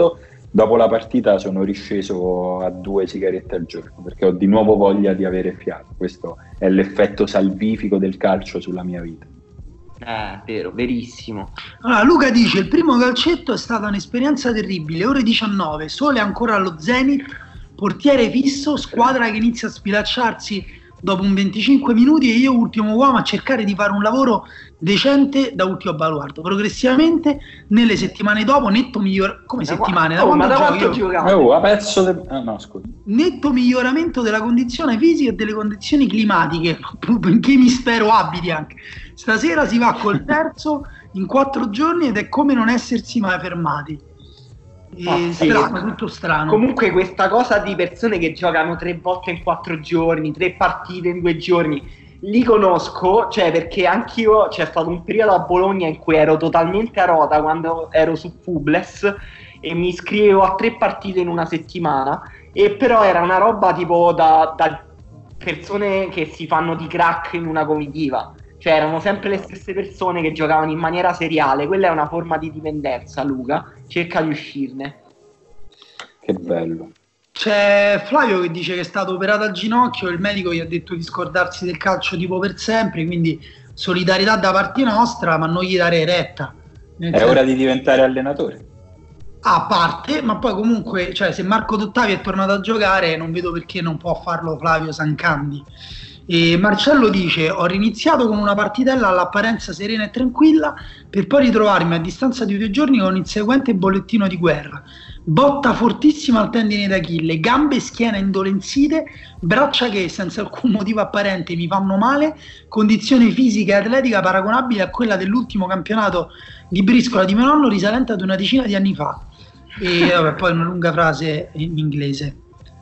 dopo la partita sono risceso a due sigarette al giorno perché ho di nuovo voglia di avere fiato. Questo è l'effetto salvifico del calcio sulla mia vita. Eh, vero, verissimo. Allora, Luca dice: il primo calcetto è stata un'esperienza terribile, ore diciannove, sole ancora allo Zenit, portiere fisso, squadra che inizia a sfilacciarsi dopo un venticinque minuti e io ultimo uomo a cercare di fare un lavoro decente da ultimo baluardo. Progressivamente nelle settimane dopo netto miglior come da settimane qua... oh, da ma da quanto giochi oh, a pezzo de... ah, no, scusa. netto miglioramento della condizione fisica e delle condizioni climatiche, in che mistero abiti anche. Stasera si va col terzo in quattro giorni ed è come non essersi mai fermati. Ah, E sì. strano, tutto strano. Comunque questa cosa di persone che giocano tre volte in quattro giorni, tre partite in due giorni, li conosco, cioè perché anch'io c'è stato un periodo a Bologna in cui ero totalmente a rota quando ero su Fubles e mi iscrivevo a tre partite in una settimana, e però era una roba tipo da, da persone che si fanno di crack in una comitiva. Cioè erano sempre le stesse persone che giocavano in maniera seriale. Quella è una forma di dipendenza, Luca. Cerca di uscirne. Che bello. C'è Flavio che dice che è stato operato al ginocchio, il medico gli ha detto di scordarsi del calcio tipo per sempre, quindi solidarietà da parte nostra, ma non gli darei retta. Nel È senso... ora di diventare allenatore. A parte, ma poi comunque, cioè, se Marco Dottavi è tornato a giocare, non vedo perché non può farlo Flavio Sancandi. E Marcello dice: ho riniziato con una partitella all'apparenza serena e tranquilla per poi ritrovarmi a distanza di due giorni con il seguente bollettino di guerra: botta fortissima al tendine d'Achille, gambe e schiena indolenzite, braccia che senza alcun motivo apparente mi fanno male, condizione fisica e atletica paragonabile a quella dell'ultimo campionato di briscola di mio nonno risalente ad una decina di anni fa. E vabbè, poi una lunga frase in inglese.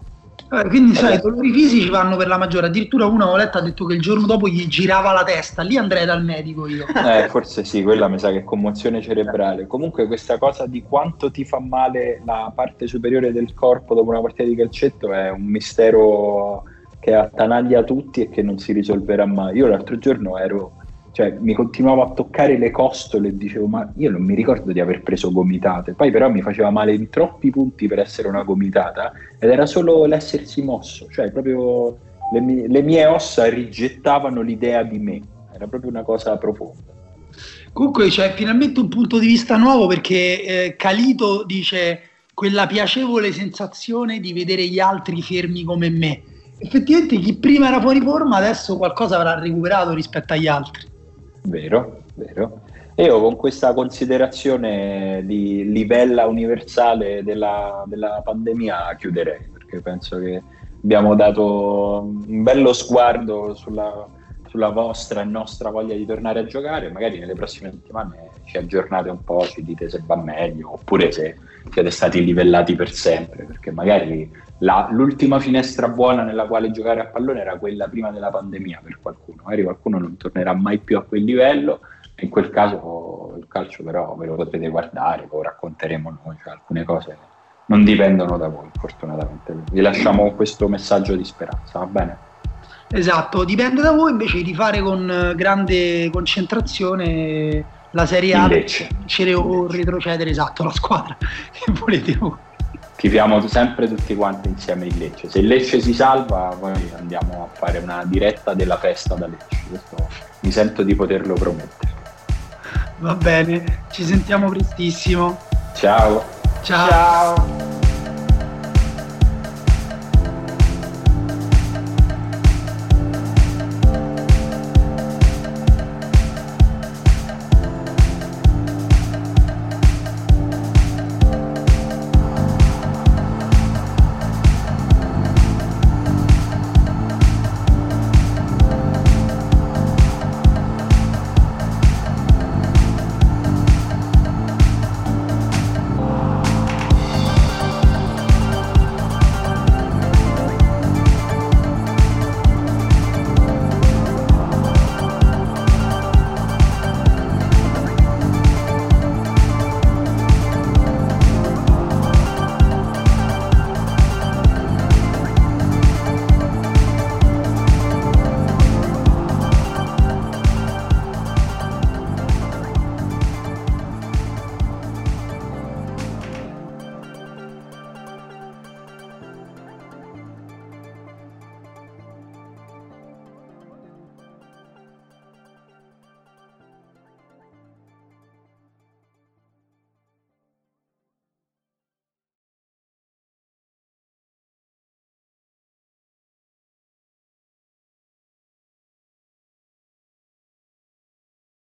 Eh, quindi sai, i dolori fisici vanno per la maggiore. Addirittura una ho letto ha detto che il giorno dopo gli girava la testa. Lì andrei dal medico io. Eh, forse sì, quella mi sa che è commozione cerebrale. Comunque questa cosa di quanto ti fa male la parte superiore del corpo dopo una partita di calcetto è un mistero che attanaglia tutti e che non si risolverà mai. Io l'altro giorno ero, cioè mi continuavo a toccare le costole e dicevo: ma io non mi ricordo di aver preso gomitate. Poi però mi faceva male in troppi punti per essere una gomitata, ed era solo l'essersi mosso, cioè proprio le mie, le mie ossa rigettavano l'idea di me. Era proprio una cosa profonda. Comunque c'è finalmente un punto di vista nuovo, perché eh, Calito dice quella piacevole sensazione di vedere gli altri fermi come me. Effettivamente chi prima era fuori forma adesso qualcosa avrà recuperato rispetto agli altri. Vero, vero. E io con questa considerazione di livella universale della, della pandemia chiuderei, perché penso che abbiamo dato un bello sguardo sulla, sulla vostra e nostra voglia di tornare a giocare. Magari nelle prossime settimane ci aggiornate un po', ci dite se va meglio oppure se siete stati livellati per sempre, perché magari la, l'ultima finestra buona nella quale giocare a pallone era quella prima della pandemia per qualcuno. Magari qualcuno non tornerà mai più a quel livello. In quel caso il calcio però ve lo potrete guardare, poi racconteremo noi, cioè alcune cose non dipendono da voi, fortunatamente. Vi lasciamo questo messaggio di speranza, va bene? Esatto, dipende da voi invece di fare con grande concentrazione la Serie A, vincere o retrocedere, esatto, la squadra che volete voi. Tifiamo sempre tutti quanti insieme il Lecce. Se il Lecce si salva, poi andiamo a fare una diretta della festa da Lecce. Questo mi sento di poterlo promettere. Va bene, ci sentiamo prestissimo. Ciao. Ciao. Ciao.